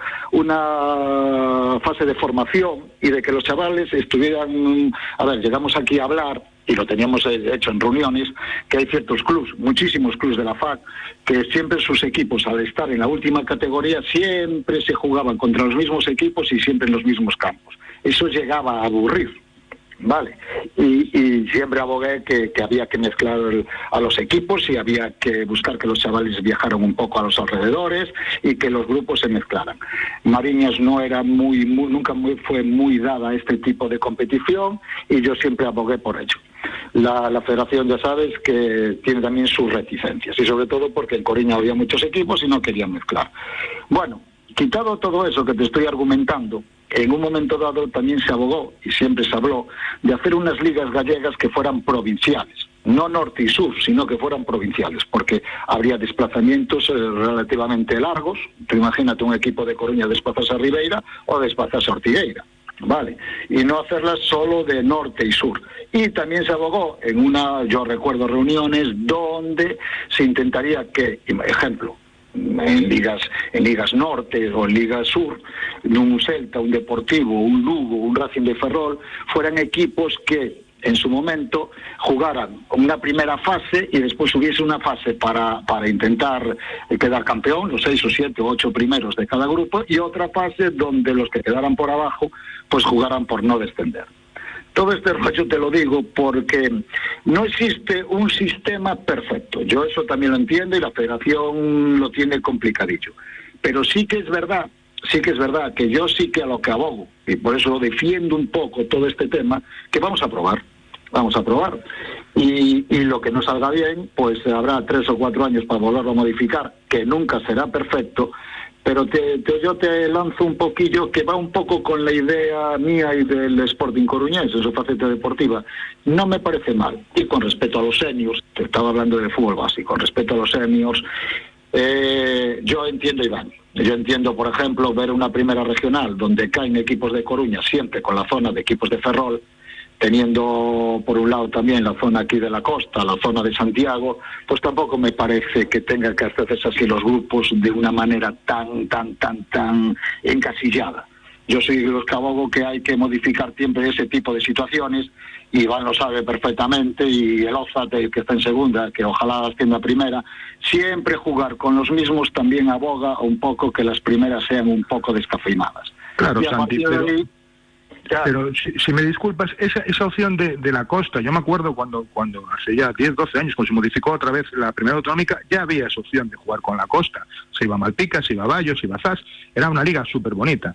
una fase de formación y de que los chavales estuvieran, a ver, llegamos aquí a hablar y lo teníamos hecho en reuniones, que hay ciertos clubs, muchísimos clubs de la F A C, que siempre sus equipos, al estar en la última categoría, siempre se jugaban contra los mismos equipos y siempre en los mismos campos. Eso llegaba a aburrir, ¿vale? Y, y siempre abogué que, que había que mezclar el, a los equipos y había que buscar que los chavales viajaran un poco a los alrededores y que los grupos se mezclaran. Mariñas no era muy, muy nunca muy, fue muy dada a este tipo de competición y yo siempre abogué por ello. La, la federación, ya sabes, que tiene también sus reticencias y sobre todo porque en Coruña había muchos equipos y no querían mezclar. Bueno, quitado todo eso que te estoy argumentando, en un momento dado también se abogó, y siempre se habló, de hacer unas ligas gallegas que fueran provinciales, no norte y sur, sino que fueran provinciales, porque habría desplazamientos eh, relativamente largos. Tú imagínate un equipo de Coruña desplazarse a Ribeira o desplazarse a Ortigueira, ¿vale? Y no hacerlas solo de norte y sur. Y también se abogó en una, yo recuerdo reuniones donde se intentaría que, ejemplo, en ligas en ligas norte o en ligas sur, un Celta, un Deportivo, un Lugo, un Racing de Ferrol, fueran equipos que en su momento jugaran una primera fase y después hubiese una fase para, para intentar quedar campeón, los seis o siete o ocho primeros de cada grupo, y otra fase donde los que quedaran por abajo pues jugaran por no descender. Todo este rollo te lo digo porque no existe un sistema perfecto. Yo eso también lo entiendo y la federación lo tiene complicadillo. Pero sí que es verdad, sí que es verdad que yo sí que a lo que abogo, y por eso lo defiendo un poco todo este tema, que vamos a probar. Vamos a probar. Y, y lo que no salga bien, pues habrá tres o cuatro años para volverlo a modificar, que nunca será perfecto. Pero te, te, yo te lanzo un poquillo que va un poco con la idea mía y del Sporting coruñés, en su faceta deportiva. No me parece mal. Y con respecto a los seniors, te estaba hablando de fútbol básico, con respecto a los seniors, eh, yo entiendo, Iván, yo entiendo, por ejemplo, ver una primera regional donde caen equipos de Coruña, siempre con la zona de equipos de Ferrol, teniendo por un lado también la zona aquí de la costa, la zona de Santiago, pues tampoco me parece que tenga que hacerse así los grupos de una manera tan, tan, tan, tan encasillada. Yo soy de los que abogo que hay que modificar siempre ese tipo de situaciones, y Iván lo sabe perfectamente, y el Ózate, que está en segunda, que ojalá ascienda a primera, siempre jugar con los mismos también aboga un poco que las primeras sean un poco descafeinadas. Claro, Santi, pero... Pero si, si me disculpas, esa, esa opción de, de la costa, yo me acuerdo cuando cuando hace ya diez, doce años, cuando se modificó otra vez la primera autonómica, ya había esa opción de jugar con la costa. Se iba a Malpica, se iba a Bayo, se iba a Zas, era una liga súper bonita.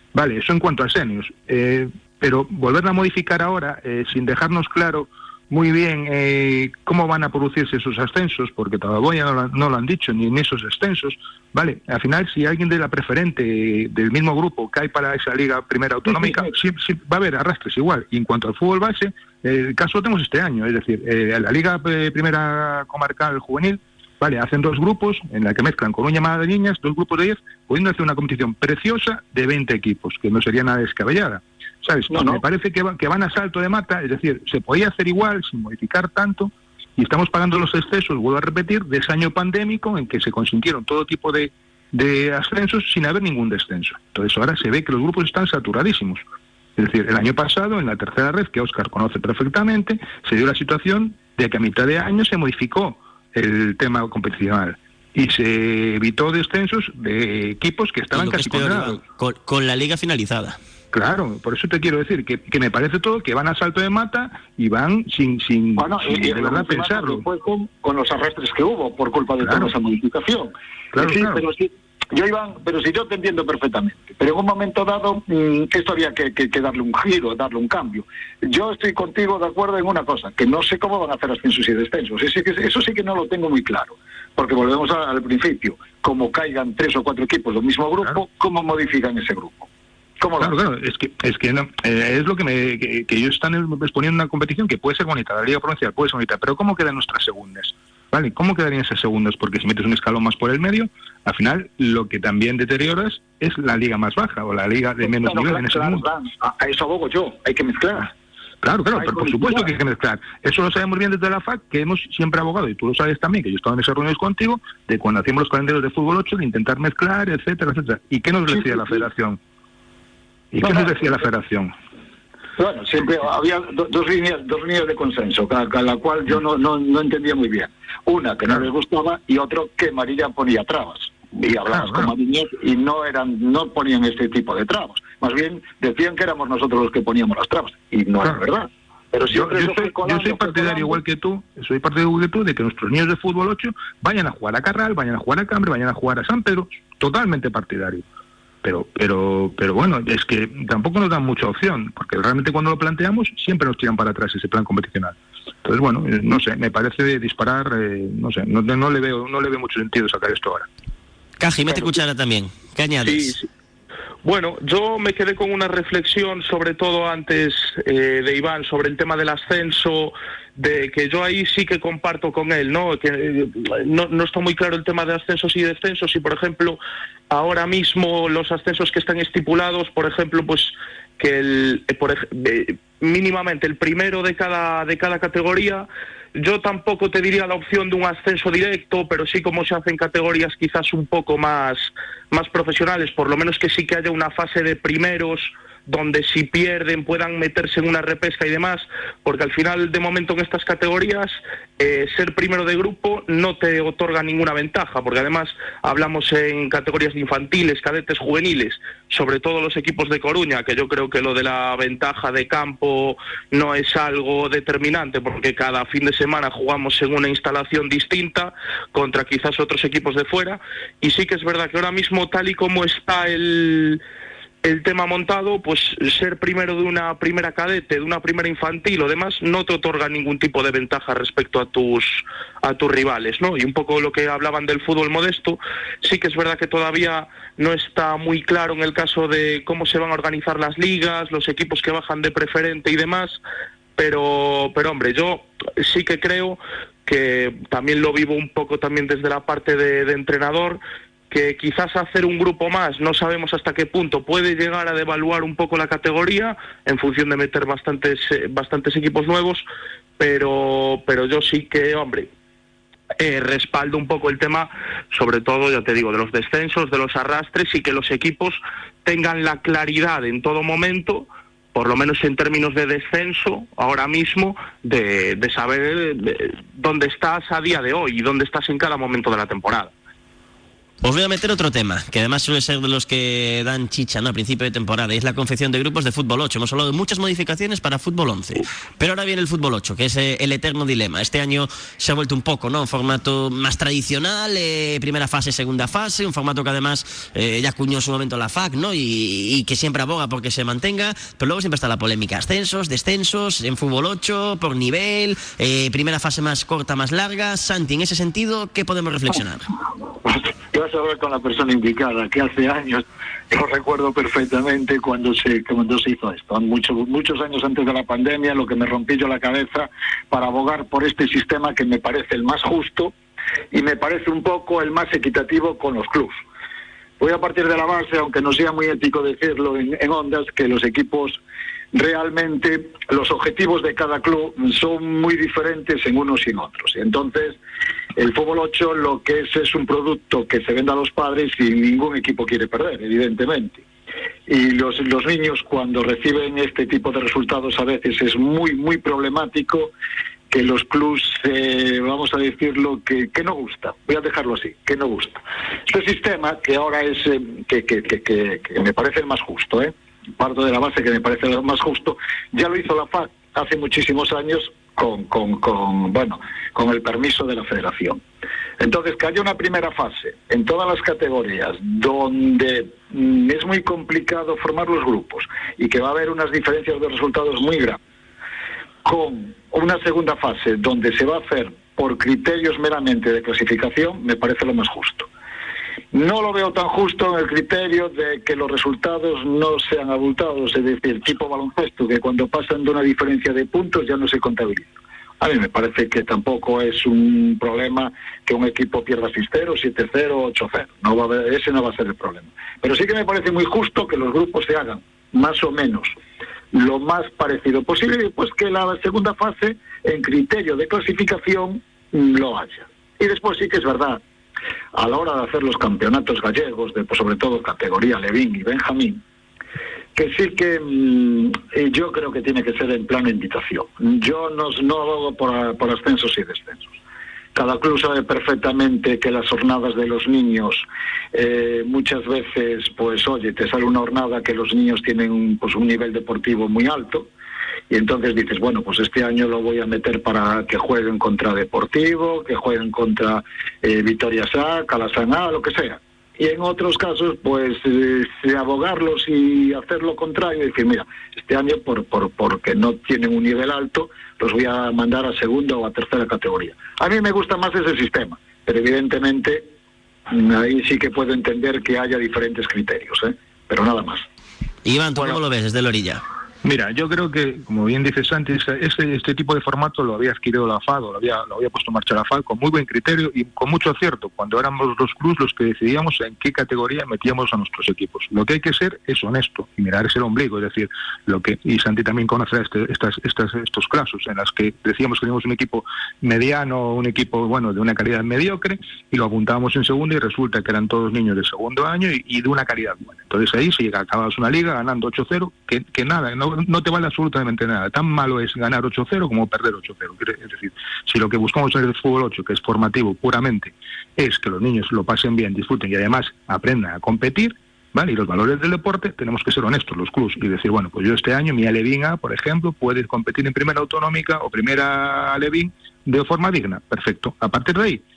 Vale, eso en cuanto a seniors. Eh, pero volverla a modificar ahora, eh, sin dejarnos claro muy bien eh, cómo van a producirse esos ascensos, porque todavía no lo, no lo han dicho, ni en esos descensos, ¿vale? Al final, si alguien de la preferente eh, del mismo grupo cae para esa liga primera autonómica, sí, sí, sí, va a haber arrastres igual. Y en cuanto al fútbol base, eh, el caso lo tenemos este año, es decir, eh, la liga eh, primera comarcal juvenil, vale, hacen dos grupos en la que mezclan con una llamada de niñas, dos grupos de diez, pudiendo hacer una competición preciosa de veinte equipos, que no sería nada descabellada. ¿Sabes? No, no. Me parece que, va, que van a salto de mata, es decir, se podía hacer igual, sin modificar tanto, y estamos pagando los excesos, vuelvo a repetir, de ese año pandémico en que se consintieron todo tipo de, de ascensos sin haber ningún descenso. Entonces ahora se ve que los grupos están saturadísimos. Es decir, el año pasado, en la tercera red, que Óscar conoce perfectamente, se dio la situación de que a mitad de año se modificó el tema competicional y se evitó descensos de equipos que estaban casi condenados. Con, con la liga finalizada. Claro, por eso te quiero decir que, que me parece todo que van a salto de mata y van sin, sin, bueno, sin y, de verdad pensarlo. Fue con, con los arrastres que hubo por culpa de claro. toda esa modificación. Claro, sí, claro. Pero sí, yo Iván, pero si yo te entiendo perfectamente, pero en un momento dado mmm, esto había que, que, que darle un giro, darle un cambio. Yo estoy contigo de acuerdo en una cosa, que no sé cómo van a hacer ascensos y descensos, eso sí que, eso sí que no lo tengo muy claro, porque volvemos a, al principio, como caigan tres o cuatro equipos del mismo grupo, claro. ¿Cómo modifican ese grupo? Claro, claro, es que es que no, eh, es lo que me que, que ellos están exponiendo una competición que puede ser bonita, la Liga Provincial puede ser bonita, pero ¿cómo quedan nuestras segundas? ¿Vale? ¿Cómo quedarían esas segundas? Porque si metes un escalón más por el medio, al final lo que también deterioras es la liga más baja o la liga de menos claro, nivel claro, en ese claro, mundo. Claro. A eso abogo yo, hay que mezclar. Claro, claro, pero por supuesto que hay que mezclar. Eso lo sabemos bien desde la F A C, que hemos siempre abogado, y tú lo sabes también, que yo he estado en esas reuniones contigo, de cuando hacíamos los calendarios de fútbol ocho, de intentar mezclar, etcétera, etcétera. ¿Y qué nos decía sí, sí, la federación? ¿Y no, qué nos decía la federación? Bueno, siempre había do, dos líneas dos líneas de consenso, cada, cada la cual yo no, no, no entendía muy bien. Una, que no les gustaba, y otro, que Marilla ponía trabas. Y hablamos claro, con Mariñez y no eran no ponían este tipo de trabas. Más bien decían que éramos nosotros los que poníamos las trabas. Y no claro. es verdad. Pero yo, yo, soy, colando, yo soy partidario igual que tú, soy partidario igual que tú, de que nuestros niños de fútbol ocho vayan a jugar a Carral, vayan a jugar a Cambre, vayan a jugar a San Pedro, totalmente partidario. Pero, pero, pero bueno, es que tampoco nos dan mucha opción, porque realmente cuando lo planteamos siempre nos tiran para atrás ese plan competicional. Entonces, bueno, no sé, me parece disparar, eh, no sé, no, no le veo, no le veo mucho sentido sacar esto ahora. Caji, mete cuchara también. ¿Qué añades? Sí, sí. Bueno, yo me quedé con una reflexión, sobre todo antes eh, de Iván, sobre el tema del ascenso, de que yo ahí sí que comparto con él, ¿no? Que eh, no, no está muy claro el tema de ascensos y descensos, y por ejemplo, ahora mismo los ascensos que están estipulados, por ejemplo, pues que el, eh, por, eh, mínimamente el primero de cada de cada categoría. Yo tampoco te diría la opción de un ascenso directo, pero sí como se hacen categorías quizás un poco más, más profesionales, por lo menos que sí que haya una fase de primeros donde si pierden puedan meterse en una repesca y demás, porque al final de momento en estas categorías eh, ser primero de grupo no te otorga ninguna ventaja, porque además hablamos en categorías de infantiles, cadetes, juveniles, sobre todo los equipos de Coruña, que yo creo que lo de la ventaja de campo no es algo determinante, porque cada fin de semana jugamos en una instalación distinta contra quizás otros equipos de fuera, y sí que es verdad que ahora mismo tal y como está el... el tema montado, pues ser primero de una primera cadete, de una primera infantil o demás, no te otorga ningún tipo de ventaja respecto a tus a tus rivales, ¿no? Y un poco lo que hablaban del fútbol modesto, sí que es verdad que todavía no está muy claro en el caso de cómo se van a organizar las ligas, los equipos que bajan de preferente y demás, pero, pero hombre, yo sí que creo que también lo vivo un poco también desde la parte de, de entrenador, que quizás hacer un grupo más, no sabemos hasta qué punto, puede llegar a devaluar un poco la categoría en función de meter bastantes eh, bastantes equipos nuevos, pero pero yo sí que, hombre, eh, respaldo un poco el tema, sobre todo, ya te digo, de los descensos, de los arrastres, y que los equipos tengan la claridad en todo momento, por lo menos en términos de descenso, ahora mismo, de, de saber de, dónde estás a día de hoy y dónde estás en cada momento de la temporada. Os voy a meter otro tema, que además suele ser de los que dan chicha, ¿no?, a principio de temporada, y es la confección de grupos de fútbol ocho. Hemos hablado de muchas modificaciones para fútbol once, pero ahora viene el fútbol ocho, que es eh, el eterno dilema. Este año se ha vuelto un poco, ¿no?, un formato más tradicional, eh, primera fase, segunda fase, un formato que además eh, ya acuñó en su momento la F A C, ¿no?, y, y que siempre aboga porque se mantenga, pero luego siempre está la polémica, ascensos, descensos, en fútbol ocho, por nivel, eh, primera fase más corta, más larga. Santi, en ese sentido, ¿qué podemos reflexionar? Vas a hablar con la persona indicada, que hace años, yo recuerdo perfectamente cuando se cuando se hizo esto, muchos muchos años antes de la pandemia, lo que me rompí yo la cabeza para abogar por este sistema que me parece el más justo y me parece un poco el más equitativo con los clubes. Voy a partir de la base, aunque no sea muy ético decirlo en, en Ondas, que los equipos realmente, los objetivos de cada club son muy diferentes en unos y en otros. Y entonces, el fútbol ocho lo que es es un producto que se vende a los padres y ningún equipo quiere perder, evidentemente. Y los, los niños, cuando reciben este tipo de resultados, a veces es muy, muy problemático que los clubs, eh, vamos a decirlo, que, que no gusta. Voy a dejarlo así, que no gusta. Este sistema, que ahora es, eh, que, que, que, que, que me parece el más justo, ¿eh? Parto de la base que me parece el más justo, ya lo hizo la F A C hace muchísimos años con, con, con, bueno, con el permiso de la Federación. Entonces, que haya una primera fase en todas las categorías donde mm, es muy complicado formar los grupos y que va a haber unas diferencias de resultados muy grandes, con una segunda fase donde se va a hacer por criterios meramente de clasificación, me parece lo más justo. No lo veo tan justo en el criterio de que los resultados no sean abultados, es decir, tipo baloncesto, que cuando pasan de una diferencia de puntos ya no se contabiliza. A mí me parece que tampoco es un problema que un equipo pierda seis cero, siete cero, ocho cero. No va a haber, ese no va a ser el problema. Pero sí que me parece muy justo que los grupos se hagan más o menos lo más parecido posible y después que la segunda fase, en criterio de clasificación, lo haya. Y después sí que es verdad, a la hora de hacer los campeonatos gallegos, de, pues sobre todo categoría Levín y Benjamín, que sí que mmm, yo creo que tiene que ser en plano invitación. Yo no, no abogo por, por ascensos y descensos. Cada club sabe perfectamente que las jornadas de los niños eh, muchas veces, pues oye, te sale una jornada que los niños tienen pues un nivel deportivo muy alto y entonces dices, bueno, pues este año lo voy a meter para que jueguen contra Deportivo, que jueguen contra eh, Vitoria Sá, Calasan A, lo que sea. Y en otros casos, pues, eh, abogarlos y hacer lo contrario y decir, mira, este año, por, por porque no tienen un nivel alto, los voy a mandar a segunda o a tercera categoría. A mí me gusta más ese sistema, pero evidentemente ahí sí que puedo entender que haya diferentes criterios, ¿eh? Pero nada más. Iván, ¿tú bueno, cómo lo ves desde la orilla? Mira, yo creo que, como bien dice Santi, este, este tipo de formato lo había adquirido la F A D, lo había, lo había puesto en marcha la F A D con muy buen criterio y con mucho acierto, cuando éramos los clubes los que decidíamos en qué categoría metíamos a nuestros equipos. Lo que hay que ser es honesto y mirar ese ombligo, es decir, lo que, y Santi también conocerá este, estas, estas, estos casos en los que decíamos que teníamos un equipo mediano, un equipo, bueno, de una calidad mediocre, y lo apuntábamos en segunda y resulta que eran todos niños de segundo año y, y de una calidad buena. Entonces ahí se llega, acabas una liga ganando ocho cero, que, que nada, no, no te vale absolutamente nada. Tan malo es ganar ocho cero como perder ocho cero. Es decir, si lo que buscamos en el fútbol ocho, que es formativo puramente, es que los niños lo pasen bien, disfruten y además aprendan a competir, ¿vale? Y los valores del deporte, tenemos que ser honestos los clubs y decir, bueno, pues yo este año mi Alevín A, por ejemplo, puede competir en primera autonómica o primera Alevín de forma digna. Perfecto. A partir de ahí,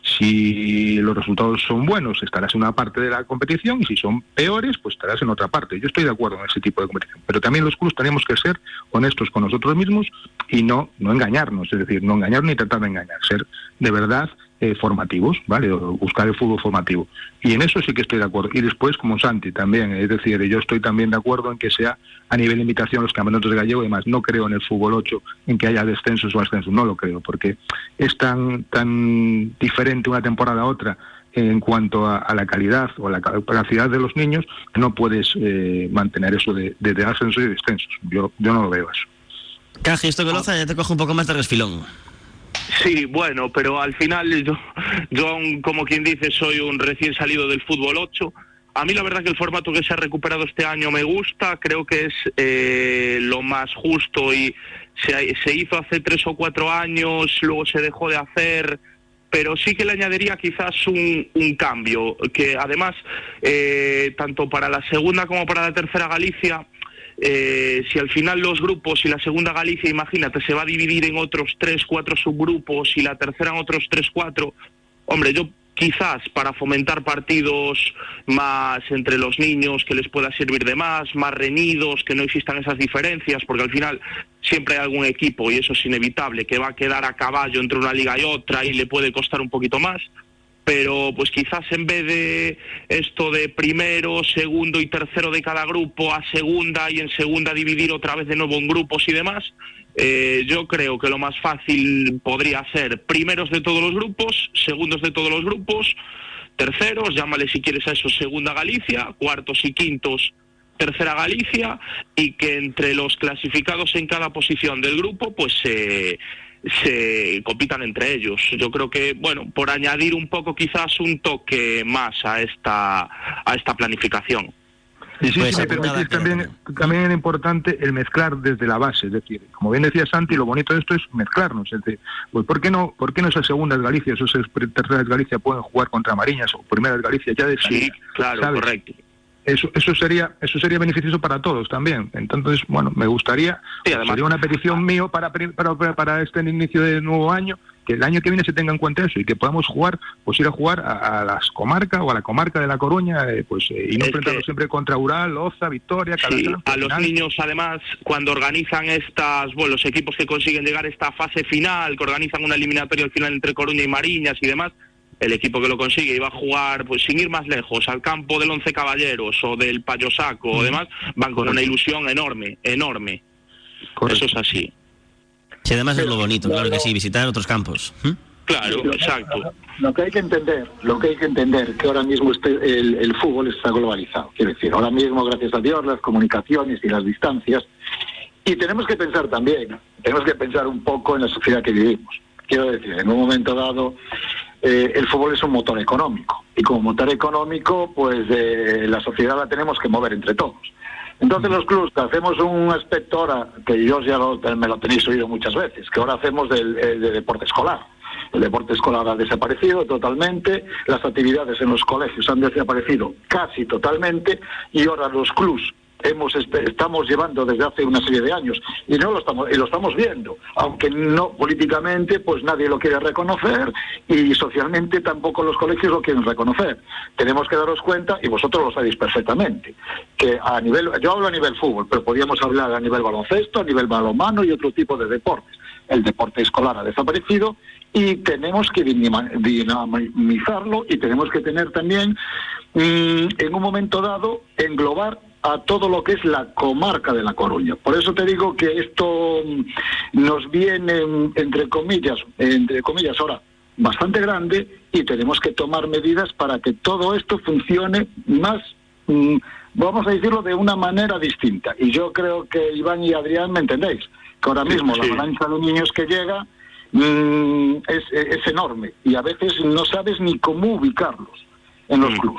si los resultados son buenos, estarás en una parte de la competición y si son peores, pues estarás en otra parte. Yo estoy de acuerdo en ese tipo de competición. Pero también los clubes tenemos que ser honestos con nosotros mismos y no, no engañarnos, es decir, no engañar ni tratar de engañar, ser de verdad eh, formativos, ¿vale? Buscar el fútbol formativo. Y en eso sí que estoy de acuerdo. Y después, como Santi también, es decir, yo estoy también de acuerdo en que sea a nivel de invitación los campeonatos de gallego y demás. No creo en el fútbol ocho en que haya descensos o ascensos, no lo creo, porque es tan, tan diferente una temporada a otra en cuanto a, a la calidad o a la capacidad de los niños, que no puedes eh, mantener eso de, de, de ascensos y descensos. Yo, yo no lo veo eso. Caji, esto que Loza ya te coge un poco más de resfilón. Sí, bueno, pero al final yo, yo, como quien dice, soy un recién salido del fútbol ocho. A mí la verdad que el formato que se ha recuperado este año me gusta, creo que es eh, lo más justo y se, se hizo hace tres o cuatro años, luego se dejó de hacer, pero sí que le añadiría quizás un, un cambio, que además, eh, tanto para la segunda como para la tercera Galicia, eh, si al final los grupos y la segunda Galicia, imagínate, se va a dividir en otros tres, cuatro subgrupos y la tercera en otros tres, cuatro, hombre, yo quizás para fomentar partidos más entre los niños que les pueda servir de más, más reñidos, que no existan esas diferencias, porque al final siempre hay algún equipo, y eso es inevitable, que va a quedar a caballo entre una liga y otra y le puede costar un poquito más, pero pues quizás en vez de esto de primero, segundo y tercero de cada grupo a segunda y en segunda dividir otra vez de nuevo en grupos y demás, Eh, yo creo que lo más fácil podría ser primeros de todos los grupos, segundos de todos los grupos, terceros, llámale si quieres a eso segunda Galicia, cuartos y quintos tercera Galicia, y que entre los clasificados en cada posición del grupo pues se, se compitan entre ellos. Yo creo que, bueno, por añadir un poco quizás un toque más a esta, a esta planificación. Y sí, si me permitís, también, también era importante el mezclar desde la base, es decir, como bien decía Santi, lo bonito de esto es mezclarnos, es decir, pues ¿por qué no, por qué no esas segundas Galicia, esas terceras Galicia pueden jugar contra Mariñas o primeras Galicia ya de salida? Sí, claro, ¿sabes? Correcto. Eso, eso sería, eso sería beneficioso para todos también. Entonces, bueno, me gustaría, sí, además, sería una petición mío para, para, para este inicio de nuevo año, que el año que viene se tenga en cuenta eso y que podamos jugar, pues ir a jugar a, a las comarcas o a la comarca de La Coruña, eh, pues eh, y no enfrentarnos siempre contra Ural, Oza, Victoria, Calatrava. Sí, a los niños además cuando organizan estas, bueno, los equipos que consiguen llegar a esta fase final, que organizan una eliminatoria al final entre Coruña y Mariñas y demás, el equipo que lo consigue iba a jugar, pues sin ir más lejos, al campo del Once Caballeros o del Payosaco o demás, van con una ilusión enorme, enorme. Correcto. Eso es así. Sí, además es lo bonito, claro que sí, visitar otros campos. ¿Mm? Claro, exacto. Lo que hay que entender, lo que hay que entender, que ahora mismo este, el, el fútbol está globalizado. Quiero decir, ahora mismo, gracias a Dios, las comunicaciones y las distancias. Y tenemos que pensar también, tenemos que pensar un poco en la sociedad que vivimos. Quiero decir, en un momento dado, eh, el fútbol es un motor económico. Y como motor económico, pues eh, la sociedad la tenemos que mover entre todos. Entonces los clubes, hacemos un aspecto ahora, que yo ya lo, me lo tenéis oído muchas veces, que ahora hacemos del, de deporte escolar. El deporte escolar ha desaparecido totalmente, las actividades en los colegios han desaparecido casi totalmente, y ahora los clubes hemos estamos llevando desde hace una serie de años y no lo estamos y lo estamos viendo, aunque no políticamente pues nadie lo quiere reconocer y socialmente tampoco los colegios lo quieren reconocer. Tenemos que daros cuenta, y vosotros lo sabéis perfectamente, que a nivel, yo hablo a nivel fútbol, pero podríamos hablar a nivel baloncesto, a nivel balonmano y otro tipo de deportes. El deporte escolar ha desaparecido y tenemos que dinamizarlo, y tenemos que tener también mmm, en un momento dado englobar a todo lo que es la comarca de La Coruña. Por eso te digo que esto nos viene, entre comillas, entre comillas ahora, bastante grande, y tenemos que tomar medidas para que todo esto funcione más, mmm, vamos a decirlo, de una manera distinta. Y yo creo que Iván y Adrián me entendéis, que ahora mismo sí, la avalancha de niños que llega mmm, es, es enorme, y a veces no sabes ni cómo ubicarlos en los mm. clubes.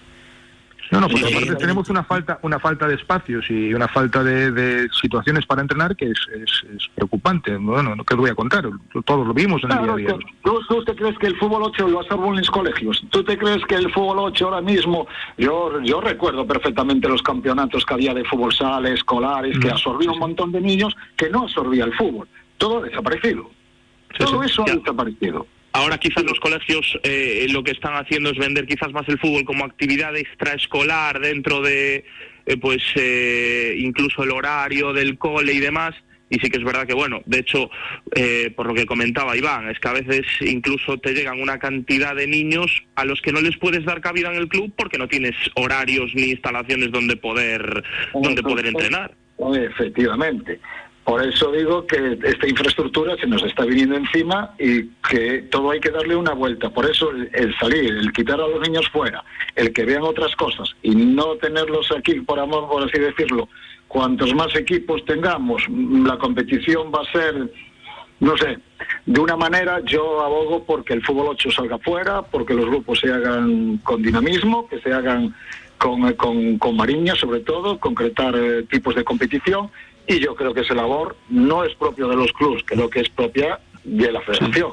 No, no, porque aparte tenemos una falta una falta de espacios y una falta de, de situaciones para entrenar que es, es, es preocupante. Bueno, ¿qué os voy a contar? Todos lo vimos en el claro, día a día. ¿Tú, ¿Tú te crees que el fútbol ocho lo absorben en los colegios? ¿Tú te crees que el fútbol ocho ahora mismo... Yo yo recuerdo perfectamente los campeonatos que había de fútbol sala, escolares, que absorbía un montón de niños que no absorbía el fútbol. Todo ha desaparecido. Sí, Todo sí. eso ya. ha desaparecido. Ahora quizás los colegios eh, lo que están haciendo es vender quizás más el fútbol como actividad extraescolar dentro de, eh, pues, eh, incluso el horario del cole y demás. Y sí que es verdad que, bueno, de hecho, eh, por lo que comentaba Iván, es que a veces incluso te llegan una cantidad de niños a los que no les puedes dar cabida en el club porque no tienes horarios ni instalaciones donde poder, donde poder entrenar. Efectivamente. Por eso digo que esta infraestructura se nos está viniendo encima y que todo hay que darle una vuelta. Por eso el, el salir, el quitar a los niños fuera, el que vean otras cosas y no tenerlos aquí por amor, por así decirlo. Cuantos más equipos tengamos, la competición va a ser, no sé, de una manera. Yo abogo porque el fútbol ocho salga fuera, porque los grupos se hagan con dinamismo, que se hagan con, con, con Mariña sobre todo, concretar eh, tipos de competición. Y yo creo que esa labor no es propio de los clubes, creo que es propia de la federación.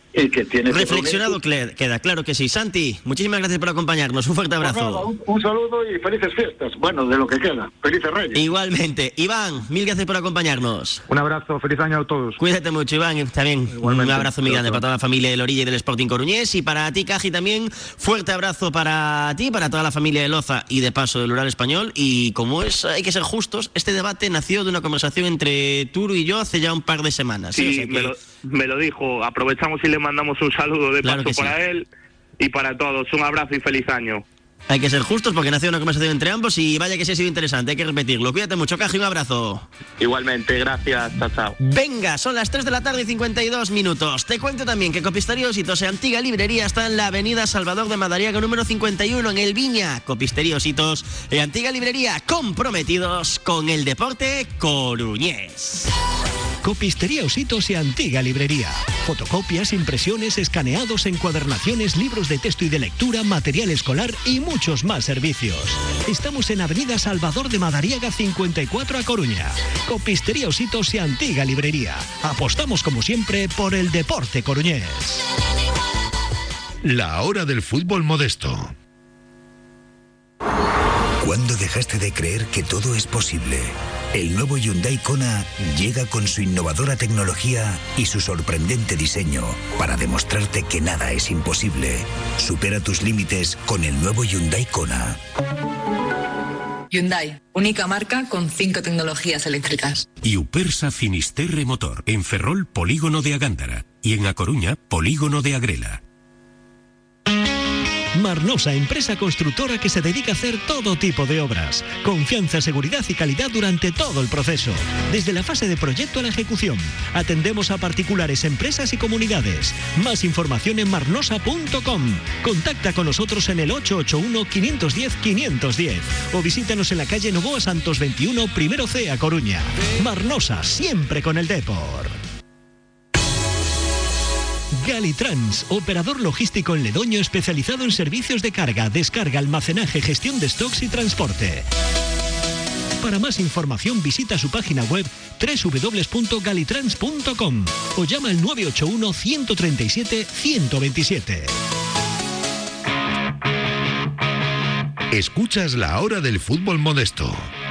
y que tiene... Reflexionado que queda, claro que sí. Santi, muchísimas gracias por acompañarnos. Un fuerte abrazo. Pues nada, un, un saludo y felices fiestas. Bueno, de lo que queda. Felices Reyes. Igualmente. Iván, mil gracias por acompañarnos. Un abrazo, feliz año a todos. Cuídate mucho, Iván. También igualmente, un abrazo muy grande para toda la familia del Orilla y del Sporting Coruñés. Y para ti, Caji, también fuerte abrazo para ti, para toda la familia de Loza y de paso del Ural Español. Y como es, hay que ser justos, este debate nació de una conversación entre Turu y yo hace ya un par de semanas. Sí, ¿sí? O sea que... me, lo, me lo dijo. Aprovechamos y le mandamos un saludo de Claro paso para sí. él y para todos. Un abrazo y feliz año. Hay que ser justos porque nació una conversación entre ambos y vaya que sí ha sido interesante, hay que repetirlo. Cuídate mucho, Caji, un abrazo. Igualmente, gracias, chao, chao. Venga, son las tres de la tarde y cincuenta y dos minutos. Te cuento también que Copistería Ositos e Antiga Librería está en la avenida Salvador de Madariaga número cincuenta y uno en El Viña. Copistería Ositos e Antiga Librería, comprometidos con el deporte coruñés. Copistería Ositos y Antiga Librería. Fotocopias, impresiones, escaneados, encuadernaciones, libros de texto y de lectura, material escolar y muchos más servicios. Estamos en Avenida Salvador de Madariaga cincuenta y cuatro a Coruña. Copistería Ositos y Antiga Librería. Apostamos como siempre por el deporte coruñés. La hora del fútbol modesto. ¿Cuándo dejaste de creer que todo es posible? El nuevo Hyundai Kona llega con su innovadora tecnología y su sorprendente diseño para demostrarte que nada es imposible. Supera tus límites con el nuevo Hyundai Kona. Hyundai, única marca con cinco tecnologías eléctricas. Y Upersa Finisterre Motor, en Ferrol, Polígono de Agándara, y en A Coruña, Polígono de Agrela. Marnosa, empresa constructora que se dedica a hacer todo tipo de obras. Confianza, seguridad y calidad durante todo el proceso. Desde la fase de proyecto a la ejecución. Atendemos a particulares, empresas y comunidades. Más información en marnosa punto com. Contacta con nosotros en el ocho ocho uno, cinco uno cero, cinco uno cero o visítanos en la calle Novoa Santos veintiuno, primero C, a Coruña. Marnosa, siempre con el Depor. Galitrans, operador logístico en Ledoño especializado en servicios de carga, descarga, almacenaje, gestión de stocks y transporte. Para más información visita su página web doble u doble u doble u punto galitrans punto com o llama al nueve ocho uno, uno tres siete, uno dos siete. Escuchas la hora del fútbol modesto.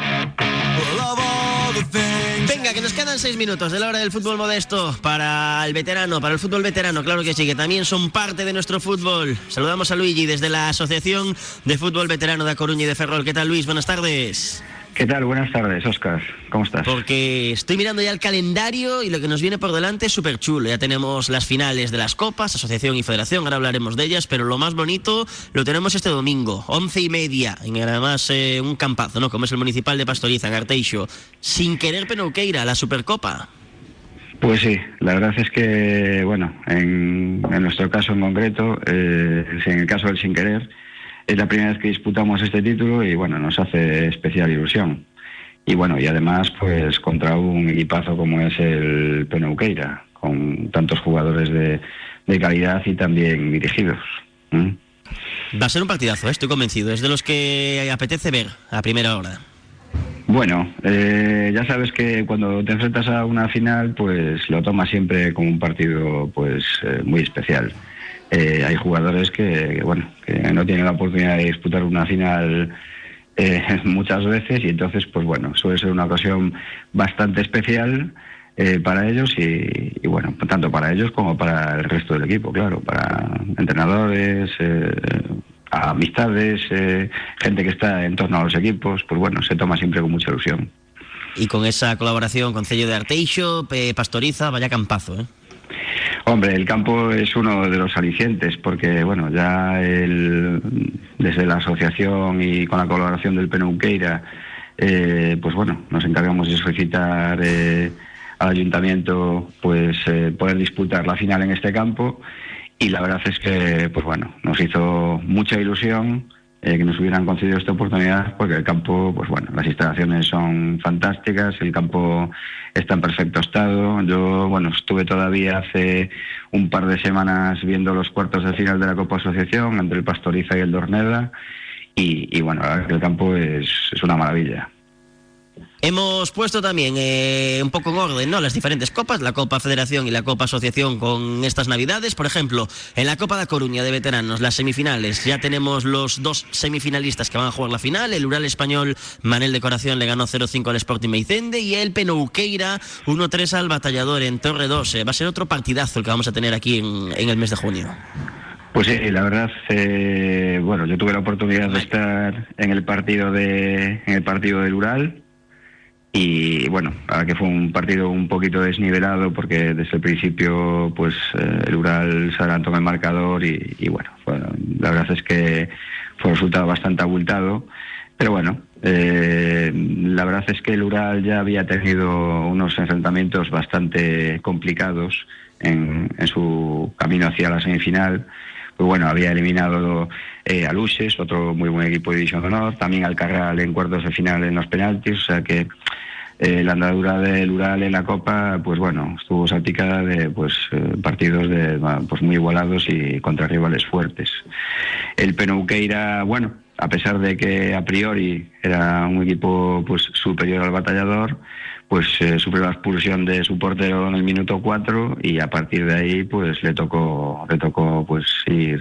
Venga, que nos quedan seis minutos de la hora del fútbol modesto para el veterano, para el fútbol veterano, claro que sí, que también son parte de nuestro fútbol. Saludamos a Luigi desde la Asociación de Fútbol Veterano de A Coruña y de Ferrol. ¿Qué tal, Luis? Buenas tardes. ¿Qué tal? Buenas tardes, Óscar. ¿Cómo estás? Porque estoy mirando ya el calendario y lo que nos viene por delante es súper chulo. Ya tenemos las finales de las copas, asociación y federación, ahora hablaremos de ellas, pero lo más bonito lo tenemos este domingo, once y media, en además eh, un campazo, ¿no? Como es el Municipal de Pastoriza, en Arteixo. Sin querer Penouqueira, la Supercopa. Pues sí, la verdad es que, bueno, en, en nuestro caso en concreto, eh, en el caso del Sin Querer, es la primera vez que disputamos este título y bueno, nos hace especial ilusión. Y bueno, y además pues contra un equipazo como es el Penouqueira, con tantos jugadores de, de calidad y también dirigidos. ¿Mm? Va a ser un partidazo, ¿eh? Estoy convencido. Es de los que apetece ver a primera hora. Bueno, eh, ya sabes que cuando te enfrentas a una final, pues lo tomas siempre como un partido pues eh, muy especial. Eh, hay jugadores que, que, bueno, que no tienen la oportunidad de disputar una final eh, muchas veces y entonces, pues bueno, suele ser una ocasión bastante especial eh, para ellos y, y bueno, tanto para ellos como para el resto del equipo, claro, para entrenadores, eh, amistades, eh, gente que está en torno a los equipos, pues bueno, se toma siempre con mucha ilusión. Y con esa colaboración con Cello de Arteixo, Pastoriza, vaya campazo, ¿eh? Hombre, el campo es uno de los alicientes porque, bueno, ya el, desde la asociación y con la colaboración del Penouqueira, eh, pues bueno, nos encargamos de solicitar eh, al ayuntamiento pues eh, poder disputar la final en este campo y la verdad es que, pues bueno, nos hizo mucha ilusión eh, que nos hubieran concedido esta oportunidad porque el campo, pues bueno, las instalaciones son fantásticas, el campo está en perfecto estado. Yo, bueno, estuve todavía hace un par de semanas viendo los cuartos de final de la Copa Asociación entre el Pastoriza y el Dorneda y, y bueno, la verdad es que el campo es, es una maravilla. Hemos puesto también eh, un poco en orden, ¿no?, las diferentes copas, la Copa Federación y la Copa Asociación con estas navidades. Por ejemplo, en la Copa da Coruña de veteranos, las semifinales, ya tenemos los dos semifinalistas que van a jugar la final. El Ural Español Manel de Coración le ganó cero cinco al Sporting Meicende y el Penouqueira uno tres al Batallador en Torre dos. Va a ser otro partidazo el que vamos a tener aquí en, en el mes de junio. Pues sí, la verdad, eh, bueno, yo tuve la oportunidad de estar en el partido de en el partido del Ural. Y bueno, la verdad que fue un partido un poquito desnivelado porque desde el principio pues eh, el Ural se adelantó en el marcador y, y bueno, fue, la verdad es que fue un resultado bastante abultado, pero bueno, eh, la verdad es que el Ural ya había tenido unos enfrentamientos bastante complicados en, en su camino hacia la semifinal. Pues bueno, había eliminado eh, a Luces, otro muy buen equipo de División de Honor, también al Carral en cuartos de final en los penaltis, o sea que eh, la andadura del Ural en la Copa, pues bueno, estuvo salpicada de pues eh, partidos de pues muy igualados y contra rivales fuertes. El Penouqueira, bueno, a pesar de que a priori era un equipo pues superior al Batallador, pues eh, sufrió la expulsión de su portero en el minuto cuatro y a partir de ahí pues le tocó le tocó pues ir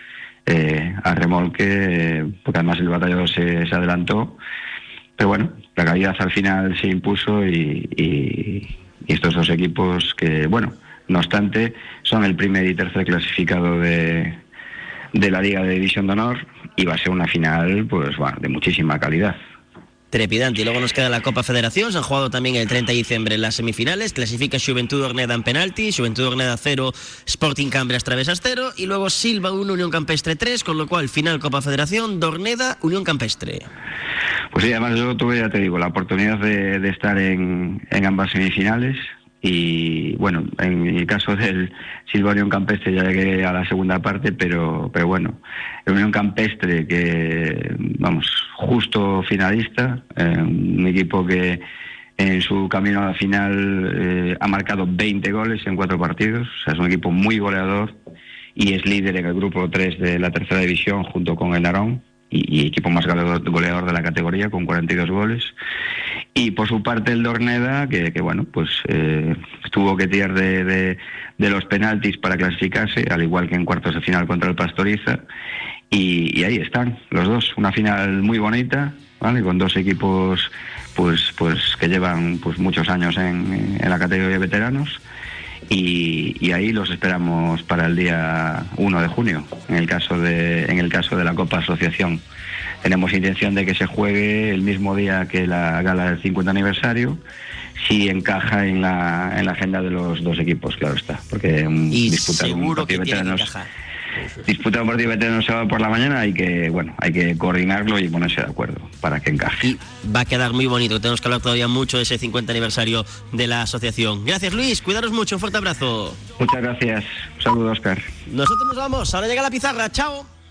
eh, a remolque, eh, porque además el Batallador se, se adelantó, pero bueno, la calidad al final se impuso y, y, y estos dos equipos que, bueno, no obstante, son el primer y tercer clasificado de, de la Liga de División de Honor y va a ser una final pues bueno, de muchísima calidad. Trepidante. Y luego nos queda la Copa Federación. Se han jugado también el treinta de diciembre las semifinales. Clasifica Xuventud Orneda en penalti, Xuventud Orneda cero, Sporting Cambras Travesas cero y luego Silva uno, Unión Campestre tres, con lo cual final Copa Federación, Dorneda, Unión Campestre. Pues sí, además yo tuve, ya te digo, la oportunidad de, de estar en, en ambas semifinales. Y bueno, en el caso del Silva Unión Campestre ya llegué a la segunda parte, pero pero bueno, el Unión Campestre que, vamos, justo finalista, eh, un equipo que en su camino a la final eh, ha marcado veinte goles en cuatro partidos, o sea, es un equipo muy goleador y es líder en el grupo tres de la tercera división junto con el Narón. Y, y equipo más goleador, goleador de la categoría con cuarenta y dos goles. Y por su parte el Dorneda, que, que bueno, pues eh, tuvo que tirar de, de, de los penaltis para clasificarse, al igual que en cuartos de final contra el Pastoriza. Y, y ahí están los dos, una final muy bonita, ¿vale? Con dos equipos pues pues que llevan pues muchos años en, en la categoría de veteranos. Y, y ahí los esperamos para el día uno de junio, en el caso de en el caso de la Copa Asociación. Tenemos intención de que se juegue el mismo día que la gala del cincuenta aniversario, si encaja en la en la agenda de los dos equipos, claro está, porque un, y disputar seguro un partido que de veteranos, tiene que encajar. Disputar un partido de veteranos sábado por la mañana hay que bueno hay que coordinarlo y ponerse de acuerdo para que encaje. Y va a quedar muy bonito, tenemos que hablar todavía mucho de ese cincuenta aniversario de la asociación. Gracias, Luis, cuidaros mucho, un fuerte abrazo. Muchas gracias, un saludo, Óscar. Nosotros nos vamos, ahora llega la pizarra, chao.